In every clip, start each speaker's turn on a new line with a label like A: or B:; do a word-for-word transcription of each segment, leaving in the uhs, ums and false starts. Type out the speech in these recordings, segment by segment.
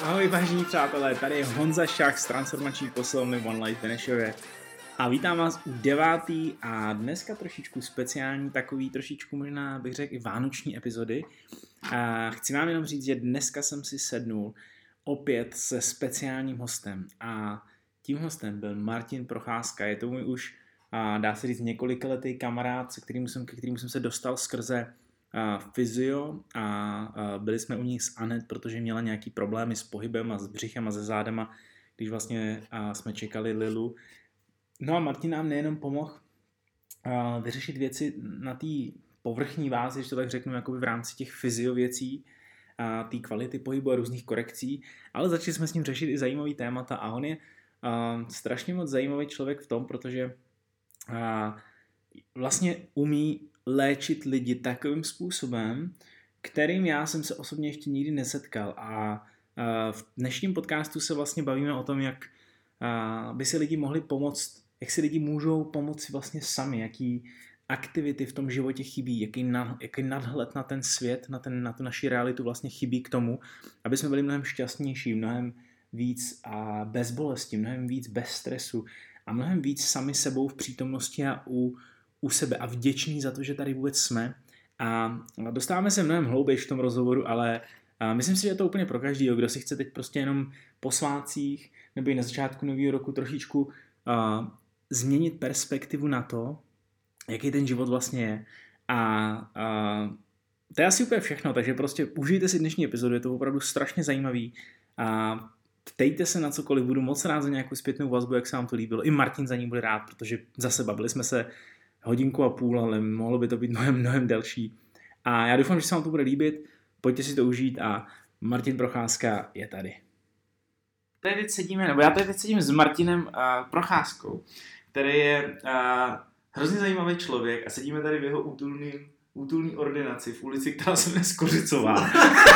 A: Ahoj vážení přátelé, tady je Honza Šach z transformační posilovny One Life Benešově a vítám vás u devátý a dneska trošičku speciální, takový trošičku možná bych řekl i vánoční epizody. A chci vám jenom říct, že dneska jsem si sednul opět se speciálním hostem a tím hostem byl Martin Procházka. Je to můj už, a dá se říct, několikaletý kamarád, se kterým jsem, ke kterým jsem se dostal skrze Uh, fyzio a uh, byli jsme u nich s Anet, protože měla nějaký problémy s pohybem a s břichem a se zádama, když vlastně uh, jsme čekali Lilu. No a Martin nám nejenom pomohl uh, vyřešit věci na té povrchní váze, že to tak řeknu, jakoby v rámci těch fyzio věcí, uh, té kvality pohybu a různých korekcí, ale začali jsme s ním řešit i zajímavý témata a on je uh, strašně moc zajímavý člověk v tom, protože uh, vlastně umí léčit lidi takovým způsobem, kterým já jsem se osobně ještě nikdy nesetkal. A v dnešním podcastu se vlastně bavíme o tom, jak by si lidi mohli pomoct, jak si lidi můžou pomoct vlastně sami, jaký aktivity v tom životě chybí, jaký, na, jaký nadhled na ten svět, na, ten, na tu naši realitu vlastně chybí k tomu, aby jsme byli mnohem šťastnější, mnohem víc a bez bolesti, mnohem víc bez stresu a mnohem víc sami sebou v přítomnosti a u u sebe a vděční za to, že tady vůbec jsme. A dostáváme se mnohem hlouběji v tom rozhovoru, ale myslím si, že je to úplně pro každýho, kdo si chce teď prostě jenom po svátcích nebo i na začátku nového roku trošičku uh, změnit perspektivu na to, jaký ten život vlastně je. A uh, to je asi úplně všechno, takže prostě užijte si dnešní epizodu, je to opravdu strašně zajímavý. A ptejte se na cokoliv, budu moc rád za nějakou zpětnou vazbu, jak se vám to líbilo. I Martin za ní bude rád, protože zase bavili jsme se hodinku a půl, ale mohlo by to být mnohem, mnohem delší. A já doufám, že se vám to bude líbit, pojďte si to užít a Martin Procházka je tady. Tady teď sedíme, nebo já tady teď sedím s Martinem uh, Procházkou, který je uh, hrozně zajímavý člověk a sedíme tady v jeho útulný, útulný ordinaci v ulici, která se jmenuje Skořicová.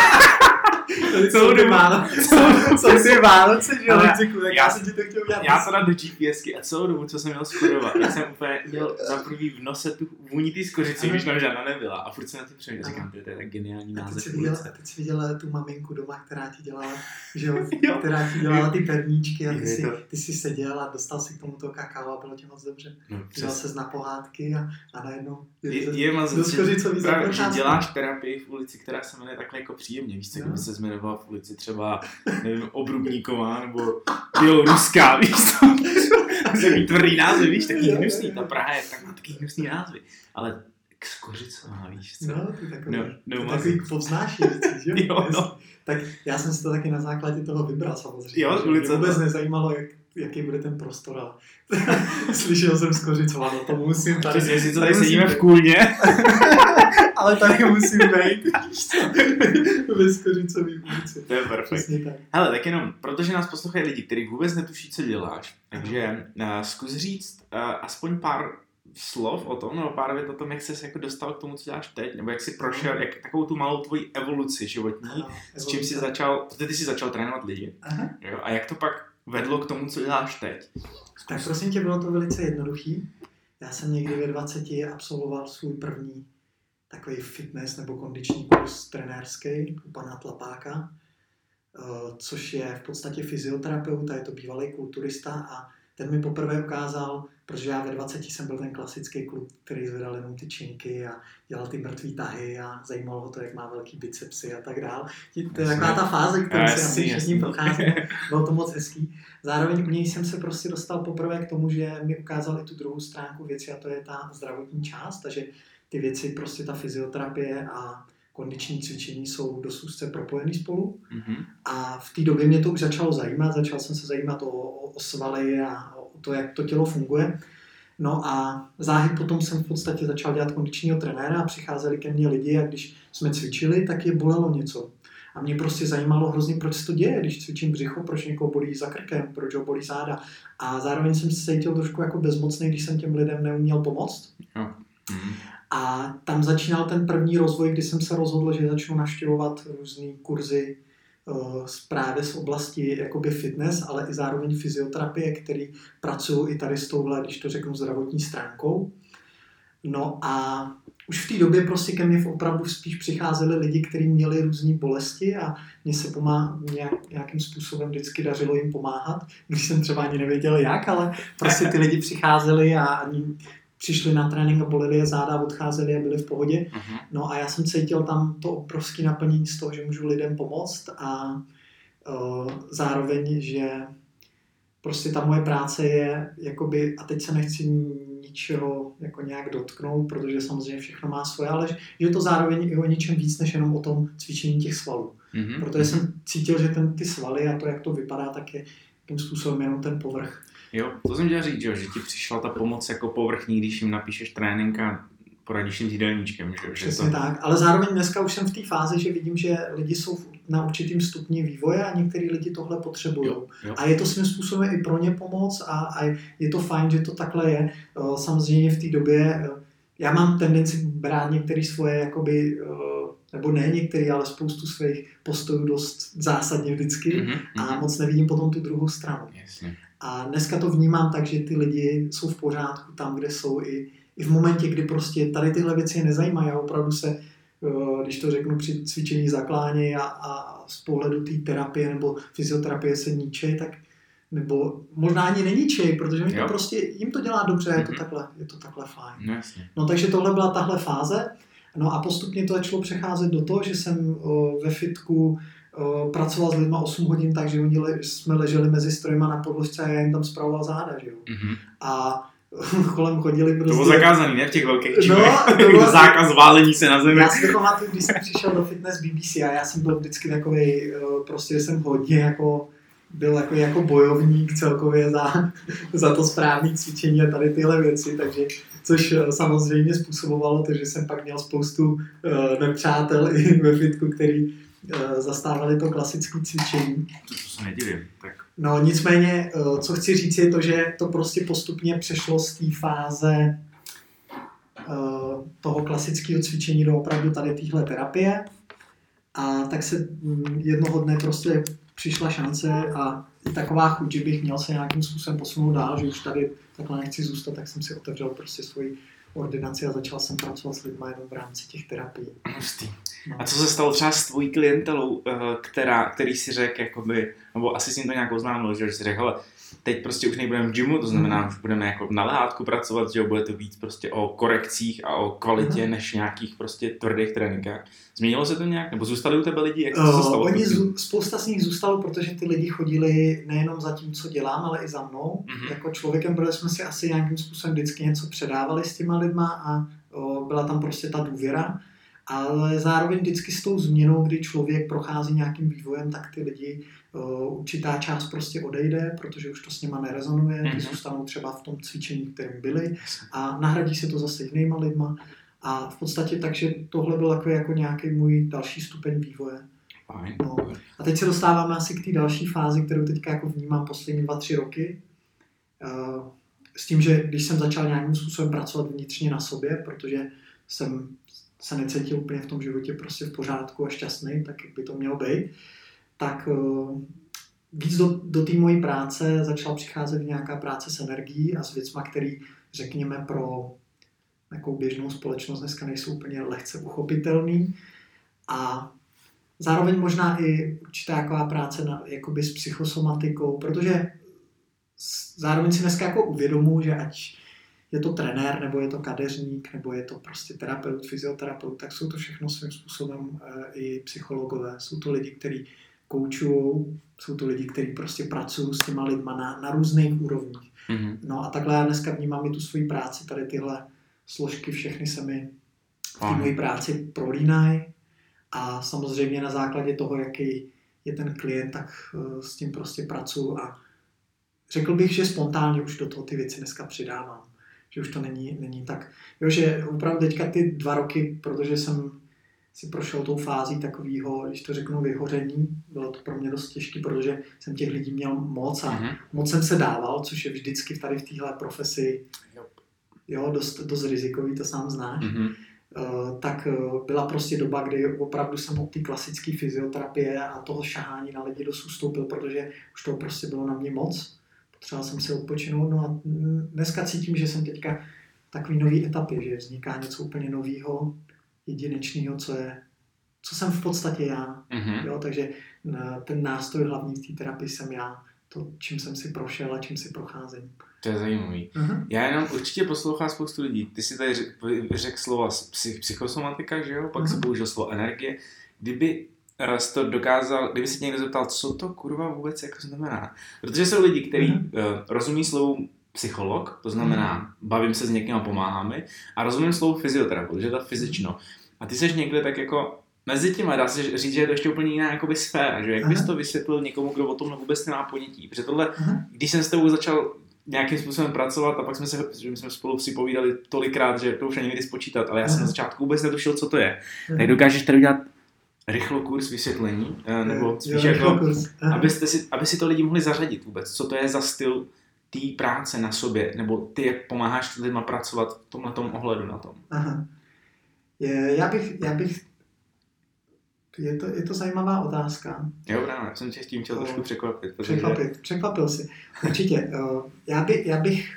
B: Celou dobu Vánoce, jsou si Vánoce, že jo, Luciku, tak já jsem ti to chtěl udělat.
A: Já jsem dal do GPSky a celou dobu, co jsem měl skorovat, tak jsem úplně měl za prvý v nose tu vůni té skořici, když tam žádná nebyla a furt jsem na tím přemýšlel, říkám, to je tak geniální název ulice.
B: A teď jsi viděla tu maminku doma, která ti dělala, že jo, která ti dělala ty perníčky a ty jsi, ty jsi seděl a dostal si k tomu to kakao a bylo ti moc dobře. Dělal ses na pohádky a, a najednou
A: je, je moc dobře, že děláš terapii v ulici, která se jmenuje takhle jako příjemně, víš co, kdyby se jmenovala v ulici třeba, nevím, Obrubníková nebo Běloruská, víš co, takový tvrdý názvy, víš, taky hnusný, ta Praha je tak, má taky hnusný názvy, ale Skořicová, víš co?
B: No, ty takový,
A: no, no,
B: ty takový povznášející, že jo? No. Tak já jsem si to taky na základě toho vybral samozřejmě.
A: Jo, ulice.
B: Mě vůbec nezajímalo, jak, jaký bude ten prostor, ale slyšel jsem Skořicová, no to musím tady.
A: Přesně, si to tady sedíme v Kůlně.
B: Ale tady musím být, víš co, ve Skořicový ulici.
A: To je perfektní. Tak. Hele, tak jenom, protože nás poslouchají lidi, kteří vůbec netuší, co děláš, takže uh, zkus říct uh, aspoň pár slov o tom, nebo pár vět o tom, jak jsi jako dostal k tomu, co děláš teď, nebo jak jsi prošel, jak takovou tu malou tvoji evoluci životní, ano, s čím jsi začal, protože ty jsi začal trénovat lidi. Jo, a jak to pak vedlo k tomu, co děláš teď? Zkus.
B: Tak prosím tě, bylo to velice jednoduchý. Já jsem někdy ve dvaceti absolvoval svůj první takový fitness nebo kondiční kurz trenérský u pana Tlapáka, což je v podstatě fyzioterapeut a je to bývalý kulturista a ten mi poprvé ukázal, protože já ve dvaceti jsem byl ten klasický kluk, který zvedal jenom ty činky a dělal ty mrtvý tahy a zajímalo ho to, jak má velký bicepsy a tak dál. To je taková ta fáze, kterou si asi všichni procházíme. Bylo to moc hezký. Zároveň u něj jsem se prostě dostal poprvé k tomu, že mi ukázal i tu druhou stránku věci a to je ta zdravotní část, takže ty věci, prostě ta fyzioterapie a kondiční cvičení jsou dost úzce propojený spolu. Mm-hmm. A v té době mě to už začalo zajímat, začal jsem se zajímat o, o svaly a o to, jak to tělo funguje. No a záhy potom jsem v podstatě začal dělat kondičního trenéra a přicházeli ke mně lidi a když jsme cvičili, tak je bolelo něco. A mě prostě zajímalo hrozně, proč se to děje, když cvičím břicho, proč někoho bolí za krkem, proč ho bolí záda. A zároveň jsem se cítil trošku jako bezmocný, když jsem těm lidem neuměl pomoct. No. Mm-hmm. A tam začínal ten první rozvoj, kdy jsem se rozhodl, že začnu navštěvovat různé kurzy uh, právě z oblasti jakoby fitness, ale i zároveň fyzioterapie, který pracují i tady s touhle, když to řeknu, zdravotní stránkou. No a už v té době prostě ke mně opravdu spíš přicházeli lidi, kteří měli různé bolesti a mně se pomá, nějak, nějakým způsobem vždycky dařilo jim pomáhat, když jsem třeba ani nevěděl jak, ale prostě ty lidi přicházeli a ani přišli na trénink a bolili je záda, odcházeli a byli v pohodě. Uh-huh. No a já jsem cítil tam to obrovské naplnění z toho, že můžu lidem pomoct a uh, zároveň, že prostě ta moje práce je, jakoby, a teď se nechci ničeho jako nějak dotknout, protože samozřejmě všechno má svoje, ale že je to zároveň i o něčem víc, než jenom o tom cvičení těch svalů. Mm-hmm. Protože jsem cítil, že ten, ty svaly a to, jak to vypadá, tak je tím způsobem jenom ten povrch.
A: Jo, to jsem chtěl říct, že ti přišla ta pomoc jako povrchní, když jim napíšeš trénink a poradíš jim s jídelníčkem. Že?
B: Přesně
A: to...
B: tak, ale zároveň dneska už jsem v té fázi, že vidím, že lidi jsou na určitým stupni vývoje a některý lidi tohle potřebují. A je to svým způsobem i pro ně pomoc a, a je to fajn, že to takhle je. Samozřejmě v té době já mám tendenci brát některé svoje, jakoby, nebo ne některé, ale spoustu svých postojů dost zásadně vždycky mm-hmm. a moc nevidím potom tu druhou stranu.
A: Jasně.
B: A dneska to vnímám tak, že ty lidi jsou v pořádku tam, kde jsou i I v momentě, kdy prostě tady tyhle věci je nezajímají a opravdu se, když to řeknu, při cvičení zaklánějí a, a z pohledu té terapie nebo fyzioterapie se ničej, tak nebo možná ani neníčej, protože mi to prostě, jim to dělá dobře, mm-hmm. je to takhle, je to takhle fajn.
A: Jasně.
B: No takže tohle byla tahle fáze, no a postupně to začalo přecházet do toho, že jsem o, ve fitku o, pracoval s lidma osm hodin, takže oni le, jsme leželi mezi strojima na podložce a já jim tam spravoval záda, že jo. Mm-hmm. A kolem chodili prostě...
A: To bylo zakázaný, ne? V těch velkých
B: čimech. No,
A: bylo... Zákaz válení se na zemi.
B: Já si to pamatuju, když jsem přišel do fitness B B C a já jsem byl vždycky takovej, prostě jsem hodně jako, byl jako, jako bojovník celkově za, za to správné cvičení a tady tyhle věci, takže což samozřejmě způsobovalo to, že jsem pak měl spoustu uh, nepřátel i ve fitku, který uh, zastávali to klasické cvičení.
A: To se nedivím, tak...
B: No nicméně, co chci říct je to, že to prostě postupně přešlo z té fáze toho klasického cvičení do opravdu tady téhle terapie a tak se jednoho dne prostě přišla šance a taková chuť, že bych měl se nějakým způsobem posunout dál, že už tady takhle nechci zůstat, tak jsem si otevřel prostě svoji ordinaci a začal jsem pracovat s lidmi jenom v rámci těch terapií.
A: Hustý. No. A co se stalo třeba s tvojí klientelou, která, který si řekl, jakoby, nebo asi si jim to nějak oznámil, že si řekl, hele, teď prostě už nebudeme v gymu, to znamená, mm. už budeme jako na lehátku pracovat, že bude to víc prostě o korekcích a o kvalitě, mm. než nějakých prostě tvrdých tréninkách. Změnilo se to nějak? Nebo zůstali u tebe lidi? Jak to se stalo?
B: Uh, oni zů, spousta z nich zůstalo, protože ty lidi chodili nejenom za tím, co dělám, ale i za mnou. Mm-hmm. Jako člověkem, protože jsme si asi nějakým způsobem vždycky něco předávali s těma lidma a o, byla tam prostě ta důvěra. Ale zároveň vždycky s tou změnou, kdy člověk prochází nějakým vývojem, tak ty lidi, o, určitá část prostě odejde, protože už to s nima nerezonuje, ty mm-hmm. zůstanou třeba v tom cvičení, kterým byli a nahradí se to zase jinýma lidma. A v podstatě takže tohle byl jako, jako nějaký můj další stupeň vývoje. No. A teď se dostáváme asi k té další fázi, kterou teďka jako vnímám poslední dva, tři roky. S tím, že když jsem začal nějakým způsobem pracovat vnitřně na sobě, protože jsem se necítil úplně v tom životě prostě v pořádku a šťastný, tak by to mělo být, tak víc do, do té mojí práce začala přicházet nějaká práce s energií a s věcma, který, řekněme, pro nějakou běžnou společnost dneska nejsou úplně lehce uchopitelný. A zároveň možná i určitá taková práce na, jakoby s psychosomatikou, protože zároveň si dneska jako uvědomuji, že ať je to trenér, nebo je to kadeřník, nebo je to prostě terapeut, fyzioterapeut, tak jsou to všechno svým způsobem e, i psychologové. Jsou to lidi, kteří koučujou, jsou to lidi, kteří prostě pracují s těma lidma na, na různých úrovních. Mm-hmm. No a takhle já dneska vnímám i tu svoji práci, tady tyhle složky všechny se mi v té mojí práci prolínají a samozřejmě na základě toho, jaký je ten klient, tak uh, s tím prostě pracuji a řekl bych, že spontánně už do toho ty věci dneska přidávám. Že už to není, není tak, jo, že opravdu teďka ty dva roky, protože jsem si prošel tou fází takového, když to řeknu, vyhoření, bylo to pro mě dost těžké, protože jsem těch lidí měl moc a mm-hmm. moc jsem se dával, což je vždycky tady v téhle profesi jo, dost, dost rizikový, to sám znáš, mm-hmm. uh, tak uh, byla prostě doba, kdy opravdu jsem od té klasické fyzioterapie a toho šahání na lidi dost ustoupil, protože už to prostě bylo na mě moc. Potřeboval jsem si odpočinout, no a dneska cítím, že jsem teďka takový nový etapě, že vzniká něco úplně nového, jedinečného, co je, co jsem v podstatě já.
A: Mm-hmm.
B: Jo, takže ten nástroj hlavní v té terapii jsem já. To, čím jsem si prošel a čím si procházím.
A: To je zajímavý. Uh-huh. Já jenom určitě poslouchám spoustu lidí. Ty si tady řekl řek slova psych, psychosomatika, že jo? Pak uh-huh. si použil slovo energie. Kdyby raz to dokázal, kdyby se někdo zeptal, co to kurva vůbec jako znamená. Protože jsou lidi, kteří uh-huh. uh, rozumí slovu psycholog, to znamená, uh-huh. bavím se s někým a pomáháme, a rozumím slovu fyzioterapeut, že je to fyzično. A ty seš někde tak jako mezi těma, dá se říct, že je to ještě úplně jiná jakoby sféra, že jak Aha. bys to vysvětlil někomu, kdo o tom vůbec nemá ponětí. Protože tohle, Aha. když jsem s tebou začal nějakým způsobem pracovat a pak jsme se, že jsme spolu si povídali tolikrát, že to už ani někdy spočítat, ale já Aha. jsem na začátku vůbec netušil, co to je. Aha. Tak dokážeš tady udělat rychlo kurz vysvětlení, nebo spíš jo, jako, abyste si, aby si to lidi mohli zařadit vůbec, co to je za styl té práce na sobě, nebo ty, jak pomáháš lidem pracovat v tomhletom ohledu na tom.
B: Aha. Je, já bych, já bych Je to, je to zajímavá otázka.
A: Jo, právě, jsem tě s tím chtěl uh, trošku překvapit. Protože...
B: Překvapit, překvapil si. Určitě. Uh, já, by, já, bych,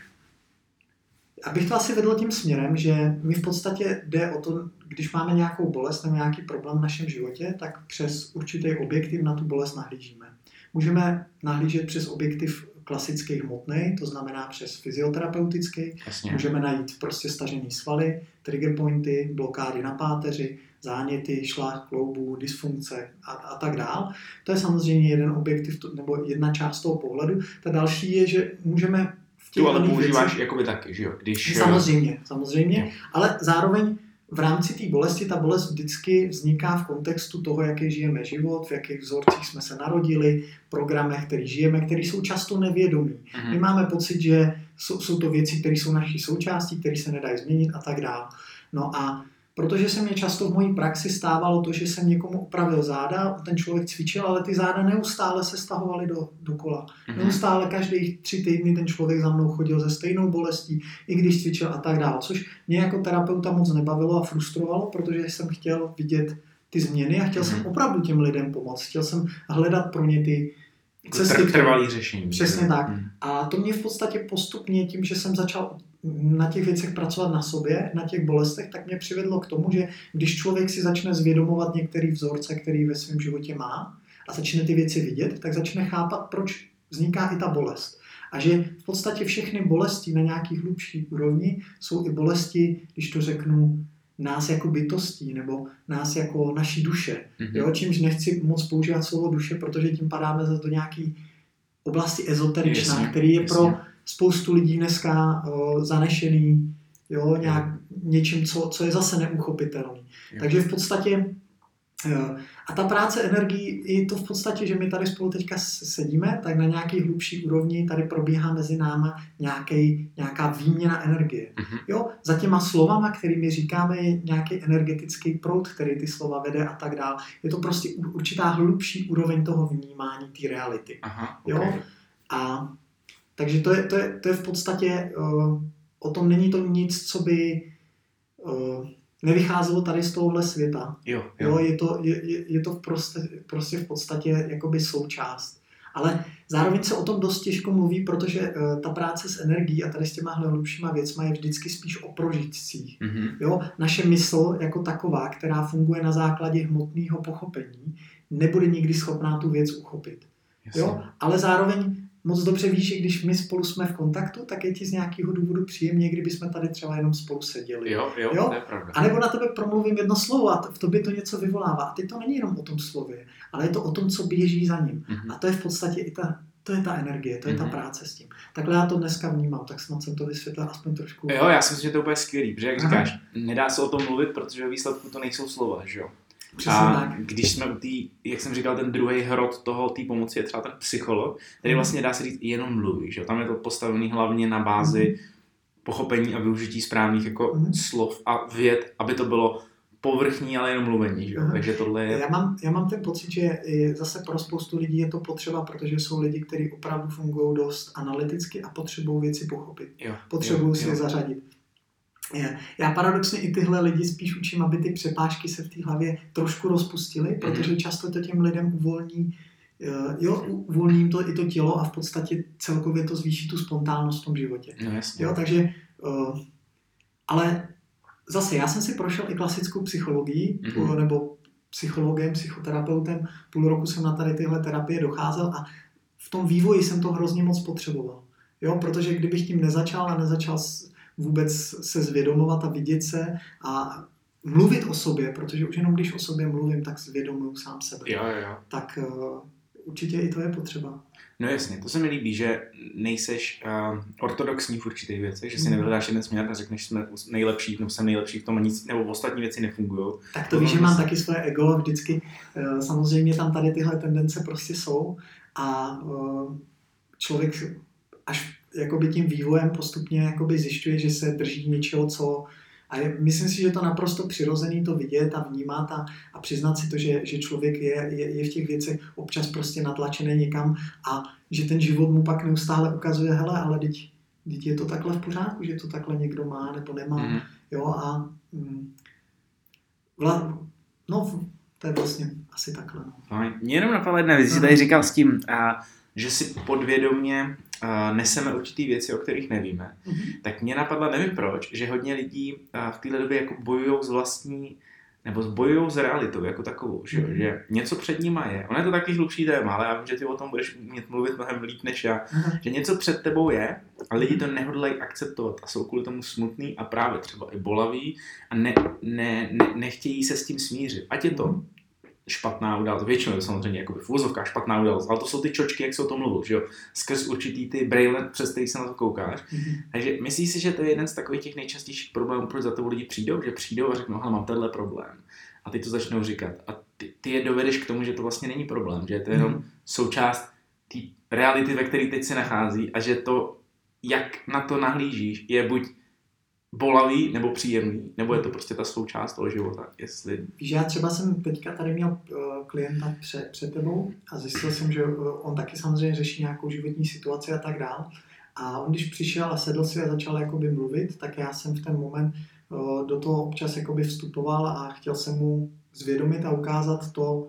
B: já bych to asi vedl tím směrem, že mi v podstatě jde o to, když máme nějakou bolest nebo nějaký problém v našem životě, tak přes určitý objektiv na tu bolest nahlížíme. Můžeme nahlížet přes objektiv klasický hmotný, to znamená přes fyzioterapeutický.
A: Jasně.
B: Můžeme najít prostě stažený svaly, trigger pointy, blokády na páteři, záněty, šlách kloubů, dysfunkce a, a tak dál. To je samozřejmě jeden objektiv nebo jedna část toho pohledu. Ta další je, že můžeme v těch
A: tu ale používáš věcí, jakoby taky, že jo? Když...
B: Samozřejmě, samozřejmě, jo. Ale zároveň v rámci té bolesti, ta bolest vždycky vzniká v kontextu toho, jaký žijeme život, v jakých vzorcích jsme se narodili, programech, který žijeme, které jsou často nevědomí. Mhm. My máme pocit, že jsou, jsou to věci, které jsou naší součástí, které se nedají změnit a tak dále. No a protože se mě často v mojí praxi stávalo to, že jsem někomu opravil záda, ten člověk cvičil, ale ty záda neustále se stahovaly do, do kola. Mm-hmm. Neustále každý tři týdny ten člověk za mnou chodil se stejnou bolestí, i když cvičil a tak dále. Což mě jako terapeuta moc nebavilo a frustrovalo, protože jsem chtěl vidět ty změny a chtěl mm-hmm. jsem opravdu těm lidem pomoct. Chtěl jsem hledat pro ně ty cesty.
A: Trvalý řešení.
B: Přesně tak. Mm. A to mě v podstatě postupně tím, že jsem začal na těch věcech pracovat na sobě, na těch bolestech, tak mě přivedlo k tomu, že když člověk si začne zvědomovat některé vzorce, který ve svém životě má a začne ty věci vidět, tak začne chápat, proč vzniká i ta bolest. A že v podstatě všechny bolesti na nějaký hlubší úrovni jsou i bolesti, když to řeknu, nás jako bytostí nebo nás jako naší duše. Mm-hmm. Jo, čímž nechci moc používat slovo duše, protože tím padáme zase do nějaký oblasti ezoteričná, jasně, který je jasně. pro spoustu lidí dneska o, zanešený jo, nějak, něčím, co, co je zase neuchopitelný. Jo. Takže v podstatě jo, a ta práce energií je to v podstatě, že my tady spolu teďka sedíme, tak na nějaký hlubší úrovni tady probíhá mezi náma nějaký, nějaká výměna energie. Mm-hmm. Jo, za těma slovama, kterými říkáme, je nějaký energetický proud, který ty slova vede a tak dál. Je to prostě určitá hlubší úroveň toho vnímání té reality.
A: Aha,
B: jo?
A: Okay.
B: A takže to je, to je, to je v podstatě, uh, o tom není to nic, co by uh, nevycházelo tady z tohohle světa.
A: Jo, jo.
B: Jo, je to, je, je to prostě, prostě v podstatě jakoby součást. Ale zároveň se o tom dost těžko mluví, protože uh, ta práce s energií a tady s těma hlubšíma věcma je vždycky spíš o prožitcích. Mm-hmm. Jo, naše mysl jako taková, která funguje na základě hmotného pochopení, nebude nikdy schopná tu věc uchopit. Jo, ale zároveň moc dobře víš, že když my spolu jsme v kontaktu, tak je ti z nějakého důvodu příjemně, kdyby jsme tady třeba jenom spolu seděli.
A: Jo, jo, jo? To je pravda.
B: A nebo na tebe promluvím jedno slovo a v tobě to něco vyvolává. A teď to není jenom o tom slově, ale je to o tom, co běží za ním. Mm-hmm. A to je v podstatě i ta, to je ta energie, to je mm-hmm. ta práce s tím. Takhle já to dneska vnímám, tak snad jsem to vysvětlil aspoň trošku.
A: Jo, já si myslím, že to je úplně skvělý, protože jak Aha. říkáš, nedá se o tom mluvit, protože ve výsledku to nejsou slova, že jo?
B: Přesně
A: a
B: tak.
A: Když jsme u té, jak jsem říkal, ten druhý hrot toho, té pomoci je třeba ten psycholog, který vlastně dá se říct jenom mluví, že? Tam je to postavený hlavně na bázi mm. pochopení a využití správných jako mm. slov a vět, aby to bylo povrchní, ale jenom mluvení, že? Mm. Takže tohle je...
B: Já mám, já mám ten pocit, že zase pro spoustu lidí je to potřeba, protože jsou lidi, kteří opravdu fungují dost analyticky a potřebují věci pochopit. Jo, potřebují si je zařadit. Já paradoxně i tyhle lidi spíš učím, aby ty přepážky se v té hlavě trošku rozpustily, protože často to těm lidem uvolní, jo, uvolní jim to i to tělo a v podstatě celkově to zvýší tu spontánnost v tom životě.
A: No, jasně.
B: Jo, takže uh, Ale zase, já jsem si prošel i klasickou psychologii, mm-hmm. nebo psychologem, psychoterapeutem, půl roku jsem na tady tyhle terapie docházel a v tom vývoji jsem to hrozně moc potřeboval. Jo, protože kdybych tím nezačal a nezačal vůbec se zvědomovat a vidět se a mluvit o sobě, protože už jenom když o sobě mluvím, tak zvědomuju sám sebe.
A: Jo, jo.
B: Tak uh, určitě i to je potřeba.
A: No jasně, to se mi líbí, že nejseš uh, ortodoxní v určitých věcech, že si nevyhledáš jeden směr a řekneš, že jsme nejlepší, nebo jsem nejlepší v tom a nic, nebo ostatní věci nefungují.
B: Tak to víš, že mám taky svoje ego a vždycky uh, samozřejmě tam tady tyhle tendence prostě jsou a uh, člověk až jakoby tím vývojem postupně jakoby zjišťuje, že se drží něčeho, co a je, myslím si, že je to naprosto přirozený to vidět a vnímat a, a přiznat si to, že, že člověk je, je, je v těch věcech občas prostě natlačený někam a že ten život mu pak neustále ukazuje, hele, ale teď, teď je to takhle v pořádku, že to takhle někdo má nebo nemá. Mm. Jo, a mm, vla, no, to je vlastně asi takhle. No.
A: Mě jenom napadla jedna věc, jsi tady říkal s tím, a, že si podvědomě Uh, neseme určitý věci, o kterých nevíme, mm-hmm. tak mě napadla, nevím proč, že hodně lidí uh, v téhle době jako bojujou s vlastní, nebo bojujou s realitou jako takovou, že, mm-hmm. že něco před nima je. Ono je to taky hlubší téma, ale já vím, že ty o tom budeš mít mluvit mnohem líp než já, mm-hmm. že něco před tebou je a lidi to nehodlají akceptovat a jsou kvůli tomu smutný a právě třeba i bolaví a ne, ne, ne, nechtějí se s tím smířit. Ať je to mm-hmm. špatná událost, většinou je samozřejmě jako v úvozovkách špatná událost, ale to jsou ty čočky, jak se o tom mluvil, že jo, skrz určitý ty brejle, přes který se na to koukáš. Mm-hmm. Takže myslíš si, že to je jeden z takových těch nejčastějších problémů, proč za to lidi přijdou, že přijdou a řeknou, hele, mám tenhle problém. A ty to začnou říkat. A ty, ty je dovedeš k tomu, že to vlastně není problém, že je to jenom mm-hmm. součást té reality, ve které teď se nachází a že to, jak na to nahlížíš, je buď bolavý nebo příjemný, nebo je to prostě ta součást toho života, jestli...
B: Víš, já třeba jsem teďka tady měl uh, klienta před, před tebou a zjistil jsem, že uh, on taky samozřejmě řeší nějakou životní situaci a tak dál. A on když přišel a sedl si a začal jakoby mluvit, tak já jsem v ten moment uh, do toho občas jakoby vstupoval a chtěl jsem mu zvědomit a ukázat to,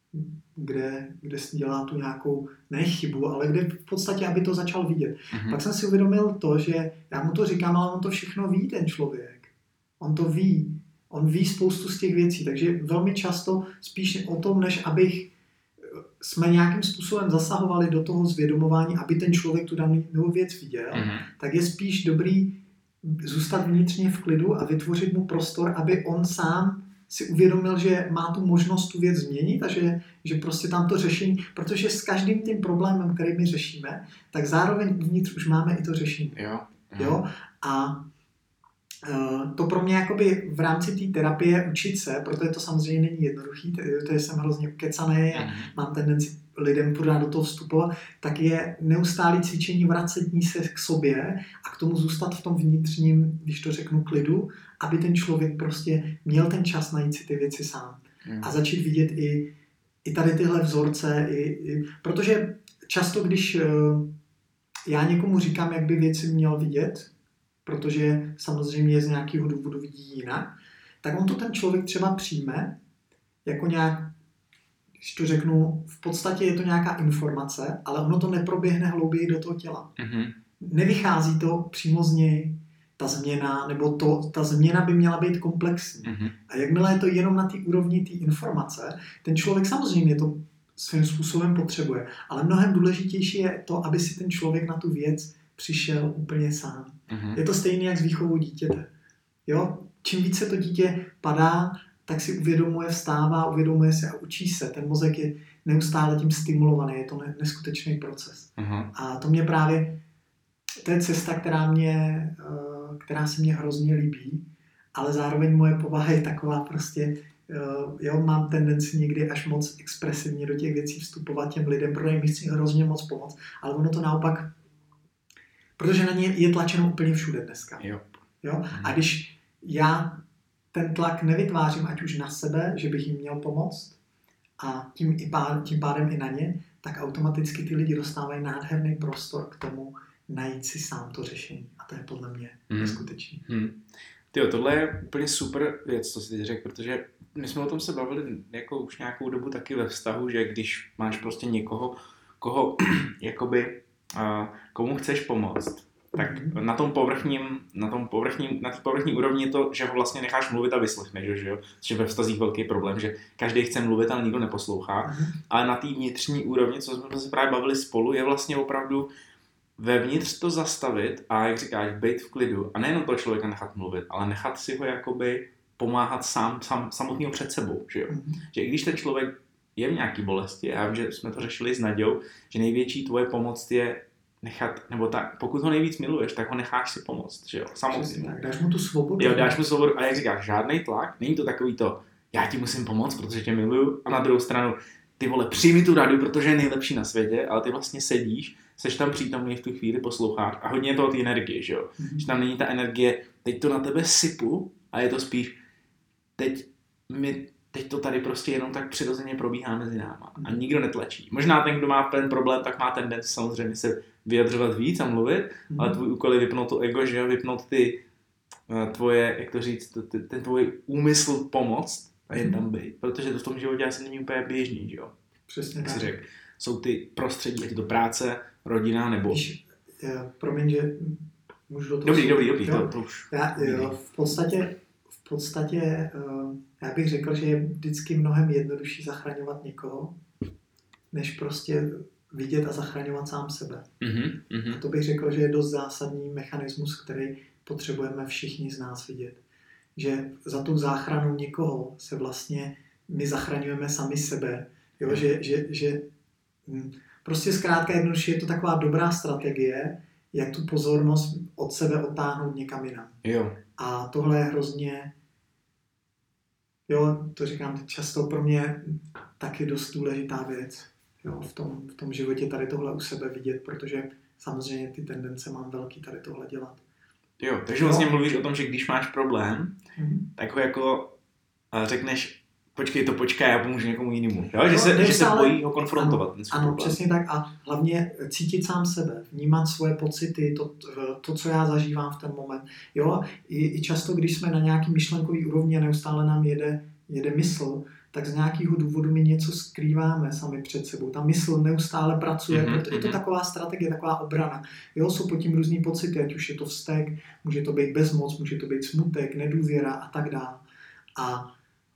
B: kde, kde dělá tu nějakou ne chybu, ale kde v podstatě, aby to začal vidět. Mm-hmm. Pak jsem si uvědomil to, že já mu to říkám, ale on to všechno ví, ten člověk. On to ví. On ví spoustu z těch věcí, takže velmi často spíš o tom, než abych jsme nějakým způsobem zasahovali do toho zvědomování, aby ten člověk tu danou věc viděl, mm-hmm. tak je spíš dobrý zůstat vnitřně v klidu a vytvořit mu prostor, aby on sám si uvědomil, že má tu možnost tu věc změnit a že, že prostě tam to řešení, protože s každým tím problémem, který my řešíme, tak zároveň uvnitř už máme i to řešení.
A: Jo. Jo.
B: Jo? A uh, to pro mě jakoby v rámci té terapie učit se, protože to samozřejmě není jednoduchý, to je jsem hrozně ukecaný a mm. mám tendenci lidem pořád do toho vstupovat, tak je neustálé cvičení vracení se k sobě a k tomu zůstat v tom vnitřním, když to řeknu, klidu, aby ten člověk prostě měl ten čas najít si ty věci sám. Mm. A začít vidět i, i tady tyhle vzorce, i, i, protože často, když uh, já někomu říkám, jak by věci měl vidět, protože samozřejmě z nějakého důvodu vidí jinak, tak on to ten člověk třeba přijme jako nějak, když to řeknu, v podstatě je to nějaká informace, ale ono to neproběhne hlouběji do toho těla. Mm-hmm. Nevychází to přímo z něj, ta změna, nebo to, ta změna by měla být komplexní. Mm-hmm. A jakmile je to jenom na té úrovni té informace, ten člověk samozřejmě to svým způsobem potřebuje, ale mnohem důležitější je to, aby si ten člověk na tu věc přišel úplně sám. Mm-hmm. Je to stejné jak s výchovou dítěte. Jo? Čím více to dítě padá, tak si uvědomuje, vstává, uvědomuje se a učí se. Ten mozek je neustále tím stimulovaný, je to neskutečný proces. Uh-huh. A to mě právě, to je cesta, která, mě, která se mně hrozně líbí, ale zároveň moje povaha je taková prostě, jo, mám tendenci někdy až moc expresivně do těch věcí vstupovat těm lidem, protože mi chci hrozně moc pomoct, ale ono to naopak, protože na ně je tlačeno úplně všude dneska.
A: Jo.
B: Jo? Uh-huh. A když já ten tlak nevytvářím ať už na sebe, že bych jim měl pomoct a tím, i pár, tím pádem i na ně, tak automaticky ty lidi dostávají nádherný prostor k tomu najít si sám to řešení. A to je podle mě hmm. neskutečný.
A: Hmm. Tyjo, tohle je úplně super věc, co jsi teď řekl, protože my jsme o tom se bavili jako už nějakou dobu taky ve vztahu, že když máš prostě někoho, koho jakoby, uh, komu chceš pomoct, tak mm-hmm. na tom povrchním, na tom povrchním, na té povrchní úrovni je to, že ho vlastně necháš mluvit a vyslechneš, že jo? Což je ve vztazích velký problém, že každý chce mluvit, ale nikdo neposlouchá. Mm-hmm. Ale na té vnitřní úrovni, co jsme se právě bavili spolu, je vlastně opravdu vevnitř to zastavit a, jak říkáš, být v klidu. A nejenom toho člověka nechat mluvit, ale nechat si ho jakoby pomáhat sám, sám samotného před sebou, že jo? Mm-hmm. Že i když ten člověk je v nějaký bolesti, já vím, že jsme to řešili s Naďou, že největší tvoje pomoc je nechat, nebo tak, pokud ho nejvíc miluješ, tak ho necháš si pomoct, že jo, samotný.
B: Tak, dáš mu tu svobodu.
A: Jo, dáš mu svobodu a jak říkáš, žádný tlak, není to takový to, já ti musím pomoct, protože tě miluju, a na druhou stranu, ty vole, přijmi tu radu, protože je nejlepší na světě, ale ty vlastně sedíš, seš tam přítomný v tu chvíli, posloucháš a hodně je toho ty energie, že jo, mm-hmm. že tam není ta energie, teď to na tebe sypu a je to spíš, teď mi Teď to tady prostě jenom tak přirozeně probíhá mezi náma a nikdo netlačí. Možná ten, kdo má ten problém, tak má tendenci samozřejmě se vyjadřovat víc a mluvit, mm. ale tvůj úkol je vypnout to ego, že jo, vypnout ty tvoje, jak to říct, ten tvůj úmysl pomoct a jen tam být. Protože to v tom životě asi není úplně běžný, že jo.
B: Přesně
A: tak.
B: tak.
A: Si řek, jsou ty prostředí, ať je to práce, rodina nebo...
B: Víš, já, promiň, že můžu do toho...
A: Dobrý, dobrý, dobrý,
B: jo?
A: to, to už...
B: Já, jo, v podstatě... V podstatě uh, já bych řekl, že je vždycky mnohem jednodušší zachraňovat někoho, než prostě vidět a zachraňovat sám sebe.
A: Mm-hmm, mm-hmm.
B: A to bych řekl, že je dost zásadní mechanismus, který potřebujeme všichni z nás vidět. Že za tou záchranou někoho se vlastně my zachraňujeme sami sebe. Jo? Že, že, že hm, prostě zkrátka jednoduše je to taková dobrá strategie, jak tu pozornost od sebe odtáhnout někam jinam.
A: Jo.
B: A tohle je hrozně, jo, to říkám teď často, pro mě taky dost důležitá věc, jo, v tom, v tom životě tady tohle u sebe vidět, protože samozřejmě ty tendence mám velký tady tohle dělat.
A: Jo, takže vlastně mluvíš o tom, že když máš problém, mm-hmm. tak ho jako řekneš, počkej to, počkej, já pomůžu někomu jinému. Jo? Že,
B: no,
A: se, že se
B: ale,
A: bojí ho konfrontovat.
B: Ano, ano přesně tak. A hlavně cítit sám sebe, vnímat svoje pocity, to, to co já zažívám v ten moment. Jo? I, i často, když jsme na nějaký myšlenkový úrovni a neustále nám jede, jede mysl, tak z nějakého důvodu my něco skrýváme sami před sebou. Ta mysl neustále pracuje, mm-hmm. protože je to taková strategie, taková obrana. Jo, jsou pod tím různý pocity, ať už je to vztek, může to být bezmoc, může to být smutek, nedůvěra a tak dále. A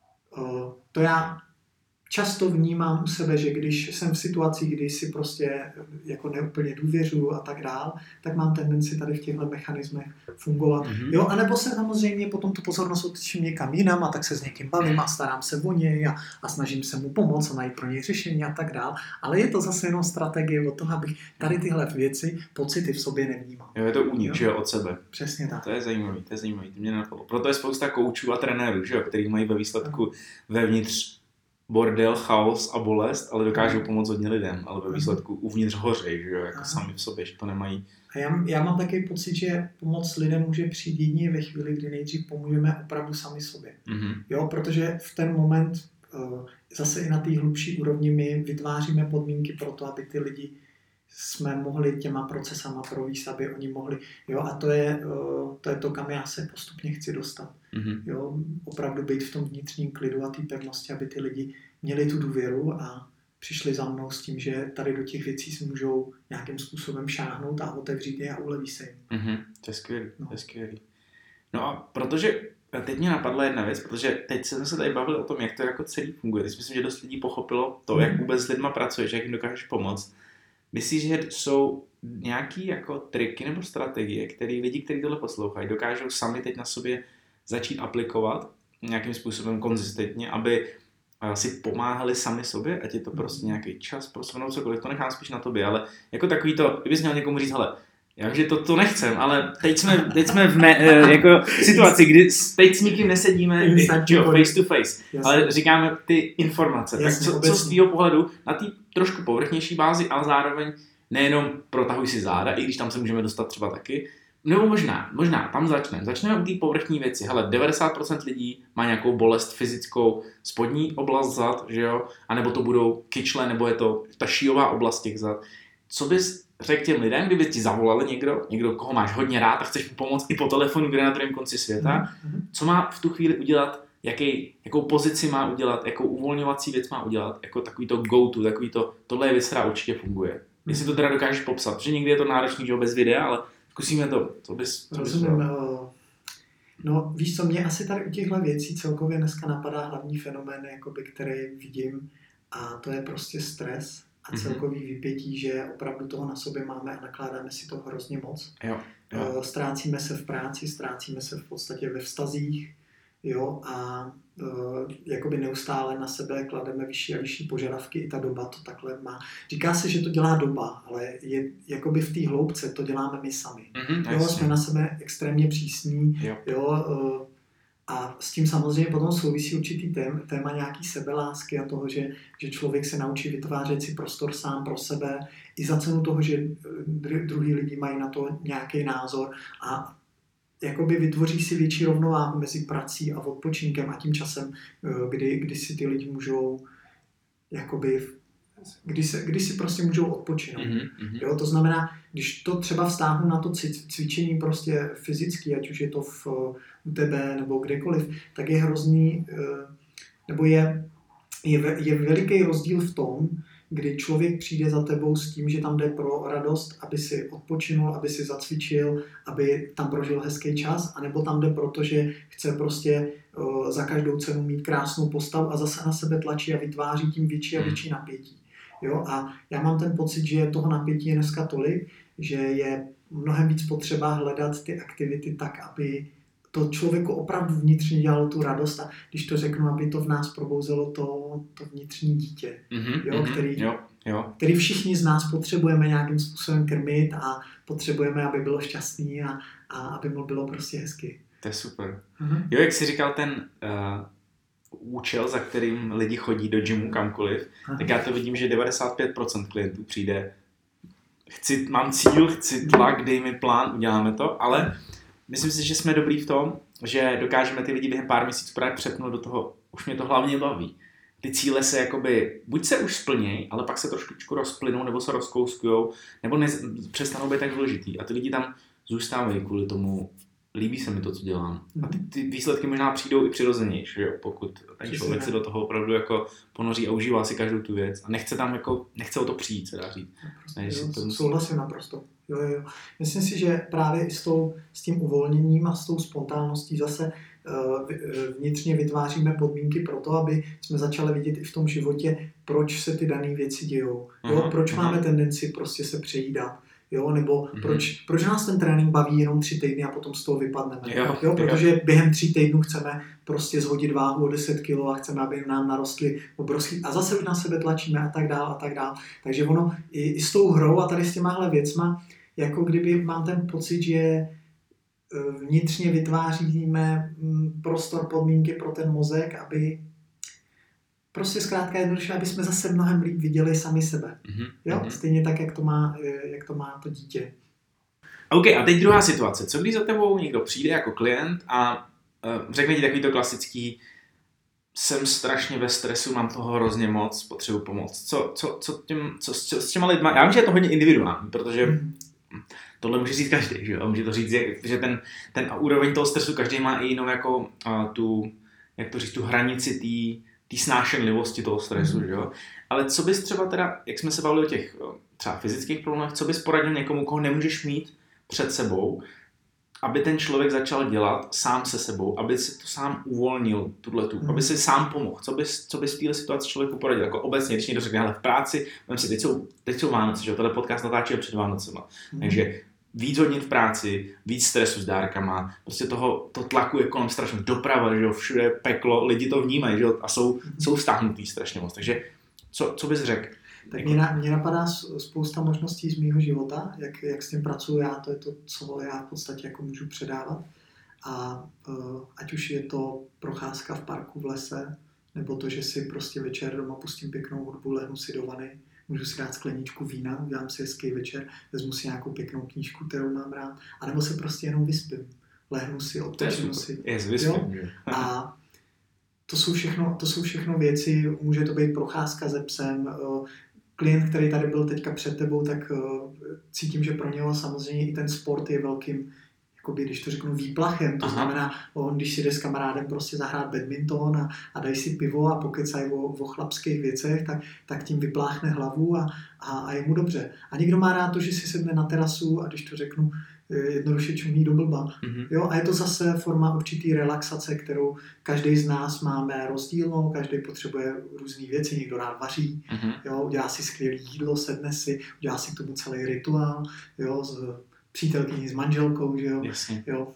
B: uh, to já často vnímám u sebe, že když jsem v situaci, kdy si prostě jako neúplně důvěřuju a tak dál, tak mám tendenci tady v těchto mechanismech fungovat. Mm-hmm. Jo, anebo se samozřejmě potom tu pozornost otočím někam jinam a tak se s někým bavím a starám se o něj a, a snažím se mu pomoct a najít pro něj řešení a tak dál. Ale je to zase jenom strategie od toho, abych tady tyhle věci, pocity v sobě nevnímal.
A: Jo, je to únik, že jo, od sebe.
B: Přesně tak.
A: To je zajímavý, to je zajímavý. To mě nenapadlo. Proto je spousta koučů a trenérů, že jo, který mají ve výsledku vevnitř bordel, chaos a bolest, ale dokážou pomoct hodně lidem, ale ve výsledku uvnitř hořej, že jo, jako Aha. sami v sobě, že to nemají.
B: A já, já mám taky pocit, že pomoc lidem může přijít jedině ve chvíli, kdy nejdřív pomůžeme opravdu sami sobě. Mm-hmm. Jo, protože v ten moment zase i na té hlubší úrovni my vytváříme podmínky pro to, aby ty lidi jsme mohli těma procesama províst, aby oni mohli, jo, a to je, to je to, kam já se postupně chci dostat. Mm-hmm. Jo, opravdu být v tom vnitřním klidu a té pevnosti, aby ty lidi měli tu důvěru a přišli za mnou s tím, že tady do těch věcí si můžou nějakým způsobem šáhnout a otevřít je a uleví se jim.
A: Mm-hmm. To je skvělý, no. to je skvělý. No a protože teď mě napadla jedna věc, protože teď jsme se tady bavili o tom, jak to jako celý funguje. Teď myslím, že dost lidí pochopilo to, mm-hmm. jak vůbec s lidma pracuješ, jak jim dokážeš pomoct. Myslíš, že jsou nějaký jako triky nebo strategie, které lidi, kteří tohle poslouchají, dokážou sami teď na sobě začít aplikovat nějakým způsobem konzistentně, aby si pomáhali sami sobě, ať je to prostě nějaký čas, prostě no cokoliv, to nechám spíš na tobě, ale jako takový to, kdybys měl někomu říct, hele, já vím, že to, to nechcem, ale teď jsme, teď jsme v ne, jako situaci, kdy teď s nikým nesedíme jo, face to face, Jasně. ale říkáme ty informace. Jasně, tak co, co z tvýho pohledu na té trošku povrchnější bázi, ale zároveň nejenom protahuj si záda, i když tam se můžeme dostat třeba taky, nebo možná, možná tam začneme. Začneme u té povrchní věci. Hele, devadesát procent lidí má nějakou bolest fyzickou, spodní oblast zad, že jo, anebo to budou kyčle, nebo je to ta šíjová oblast těch zad. Co bys řekl těm lidem, kdyby ti zavolali někdo, někdo, koho máš hodně rád a chceš mu pomoct i po telefonu, kde je na druhém konci světa, mm-hmm. co má v tu chvíli udělat, jaký, jakou pozici má udělat, jakou uvolňovací věc má udělat, jako takový to go-to, takový to, tohle je věc, která určitě funguje. Jestli to teda dokážeš popsat, že někdy je to náročný, že bez videa, ale v Zkusíme to. To bys, to
B: Rozumím. Bys no víš co, mě asi tady u těchto věcí celkově dneska napadá hlavní fenomén, jakoby, který vidím, a to je prostě stres a celkový mm-hmm. vypětí, že opravdu toho na sobě máme a nakládáme si toho hrozně moc.
A: Jo, jo.
B: Ztrácíme se v práci, ztrácíme se v podstatě ve vztazích, jo, a uh, jakoby neustále na sebe klademe vyšší a vyšší požadavky, i ta doba to takhle má. Říká se, že to dělá doba, ale je, jakoby v té hloubce to děláme my sami.
A: Mm-hmm,
B: jo, jsme na sebe extrémně přísní,
A: jo.
B: Jo, uh, a s tím samozřejmě potom souvisí určitý tém, téma nějaký sebelásky a toho, že, že člověk se naučí vytvářet si prostor sám pro sebe, i za cenu toho, že druhý lidi mají na to nějaký názor a jakoby vytvoří si větší rovnováhu mezi prací a odpočinkem a tím časem, kdy, kdy si ty lidi můžou jakoby, kdy, se, kdy si prostě můžou odpočinout. Mm-hmm. Jo, to znamená, když to třeba vztáhnu na to cvičení prostě fyzicky, ať už je to v, u tebe nebo kdekoliv, tak je hrozný, nebo je, je, je veliký rozdíl v tom, kdy člověk přijde za tebou s tím, že tam jde pro radost, aby si odpočinul, aby si zacvičil, aby tam prožil hezký čas, anebo tam jde proto, že chce prostě uh, za každou cenu mít krásnou postavu a zase na sebe tlačí a vytváří tím větší a větší napětí. Jo? A já mám ten pocit, že toho napětí je dneska tolik, že je mnohem víc potřeba hledat ty aktivity tak, aby to člověku opravdu vnitřně dělalo tu radost a když to řeknu, aby to v nás probouzelo to, to vnitřní dítě,
A: mm-hmm,
B: jo, který,
A: jo, jo.
B: který všichni z nás potřebujeme nějakým způsobem krmit a potřebujeme, aby bylo šťastný a, a aby mu bylo prostě hezky.
A: To je super.
B: Mm-hmm.
A: Jo, jak jsi říkal ten uh, účel, za kterým lidi chodí do gymu kamkoliv, Aha. tak já to vidím, že devadesát pět procent klientů přijde, chci, mám cíl, chci tlak, dej mi plán, uděláme to, ale myslím si, že jsme dobrý v tom, že dokážeme ty lidi během pár měsíců právě přepnout do toho, už mě to hlavně baví. Ty cíle se jakoby, buď se už splnějí, ale pak se trošku rozplynou, nebo se rozkouskujou, nebo ne, přestanou být tak důležitý. A ty lidi tam zůstávají kvůli tomu, líbí se mi to, co dělám. A ty, ty výsledky možná přijdou i přirozeněji, že jo? Pokud ten člověk se do toho opravdu jako ponoří a užívá si každou tu věc. A nechce tam jako, nechce o to přijít, se dá říct.
B: Naprosto, jo, to musí... Souhlasím naprosto. Jo, jo. Myslím si, že právě s, tou, s tím uvolněním a s tou spontánností zase uh, vnitřně vytváříme podmínky pro to, aby jsme začali vidět i v tom životě, proč se ty dané věci dějou. Jo? Aha, proč aha. máme tendenci prostě se přejídat. Jo? Nebo mhm. proč, proč nás ten trénink baví jenom tři týdny a potom z toho vypadneme.
A: Jo,
B: jo? Protože jo. během tří týdnů chceme prostě zhodit váhu o deset kilo a chceme, aby nám narostly obrovský a zase už na sebe tlačíme a tak dál a tak dál. Takže ono i, i s tou hrou a tady s těmahle věcma, jako kdyby mám ten pocit, že vnitřně vytváříme prostor, podmínky pro ten mozek, aby prostě zkrátka jednoduše, aby jsme zase mnohem líp viděli sami sebe. Mm-hmm. Jo? Stejně tak, jak to má, jak to má to dítě.
A: OK, a teď druhá situace. Co když za tebou někdo přijde jako klient a uh, řekne ti takový to klasický, jsem strašně ve stresu, mám toho hrozně moc, potřebuji pomoct. Co, co, co, tím, co, co s těma lidma, já vím, že je to hodně individuální, protože mm. tohle může říct každý, že jo? Může to říct, že ten, ten úroveň toho stresu každý má i jinou jako uh, tu, jak to říct, tu hranici tý, tý snášenlivosti toho stresu, mm. že jo? Ale co bys třeba teda, jak jsme se bavili o těch třeba fyzických problémech, co bys poradil někomu, koho nemůžeš mít před sebou, aby ten člověk začal dělat sám se sebou, aby si to sám uvolnil, tuhletu, mm. aby si sám pomohl. Co bys, co bys v této situaci člověku poradil? Jako obecně, když někdo řekne, hele, v práci, vem si, teď jsou, teď jsou Vánoce, že jo, tohle podcast natáčíme před Vánocema. Mm. Takže víc hodin v práci, víc stresu s dárkama, prostě toho to tlaku je kolem strašně, doprava, že jo, všude je peklo, lidi to vnímají, že jo, a jsou, mm. jsou stáhnutý strašně moc. Takže co, co bys řekl?
B: Tak mě, na, mě napadá spousta možností z mýho života, jak, jak s tím pracuji já, to je to, co já v podstatě jako můžu předávat. A uh, ať už je to procházka v parku v lese, nebo to, že si prostě večer doma pustím pěknou hudbu, lehnu si do vany, můžu si dát skleničku vína, udělám si hezký večer, vezmu si nějakou pěknou knížku, kterou mám rád, anebo se prostě jenom vyspím. Lehnu si, odpočinu si.
A: Yes, vyspím,
B: a to jsou, všechno, to jsou všechno věci, může to být procházka se psem. Klient, který tady byl teďka před tebou, tak cítím, že pro něho samozřejmě i ten sport je velkým, jakoby, když to řeknu, výplachem. To Aha. znamená, on když si jde s kamarádem prostě zahrát badminton a, a dají si pivo a pokecají o, o chlapských věcech, tak, tak tím vypláchne hlavu a, a, a je mu dobře. A někdo má rád to, že si sedne na terasu a když to řeknu, jednoduše čumí do blba.
A: Mm-hmm.
B: Jo, a je to zase forma určitý relaxace, kterou každý z nás máme rozdílnou, každý potřebuje různé věci, někdo rád vaří,
A: mm-hmm.
B: jo, udělá si skvělé jídlo, sedne si, udělá si k tomu celý rituál, jo, s přítelkyní, s manželkou, že jo.
A: Jasně.
B: Jo.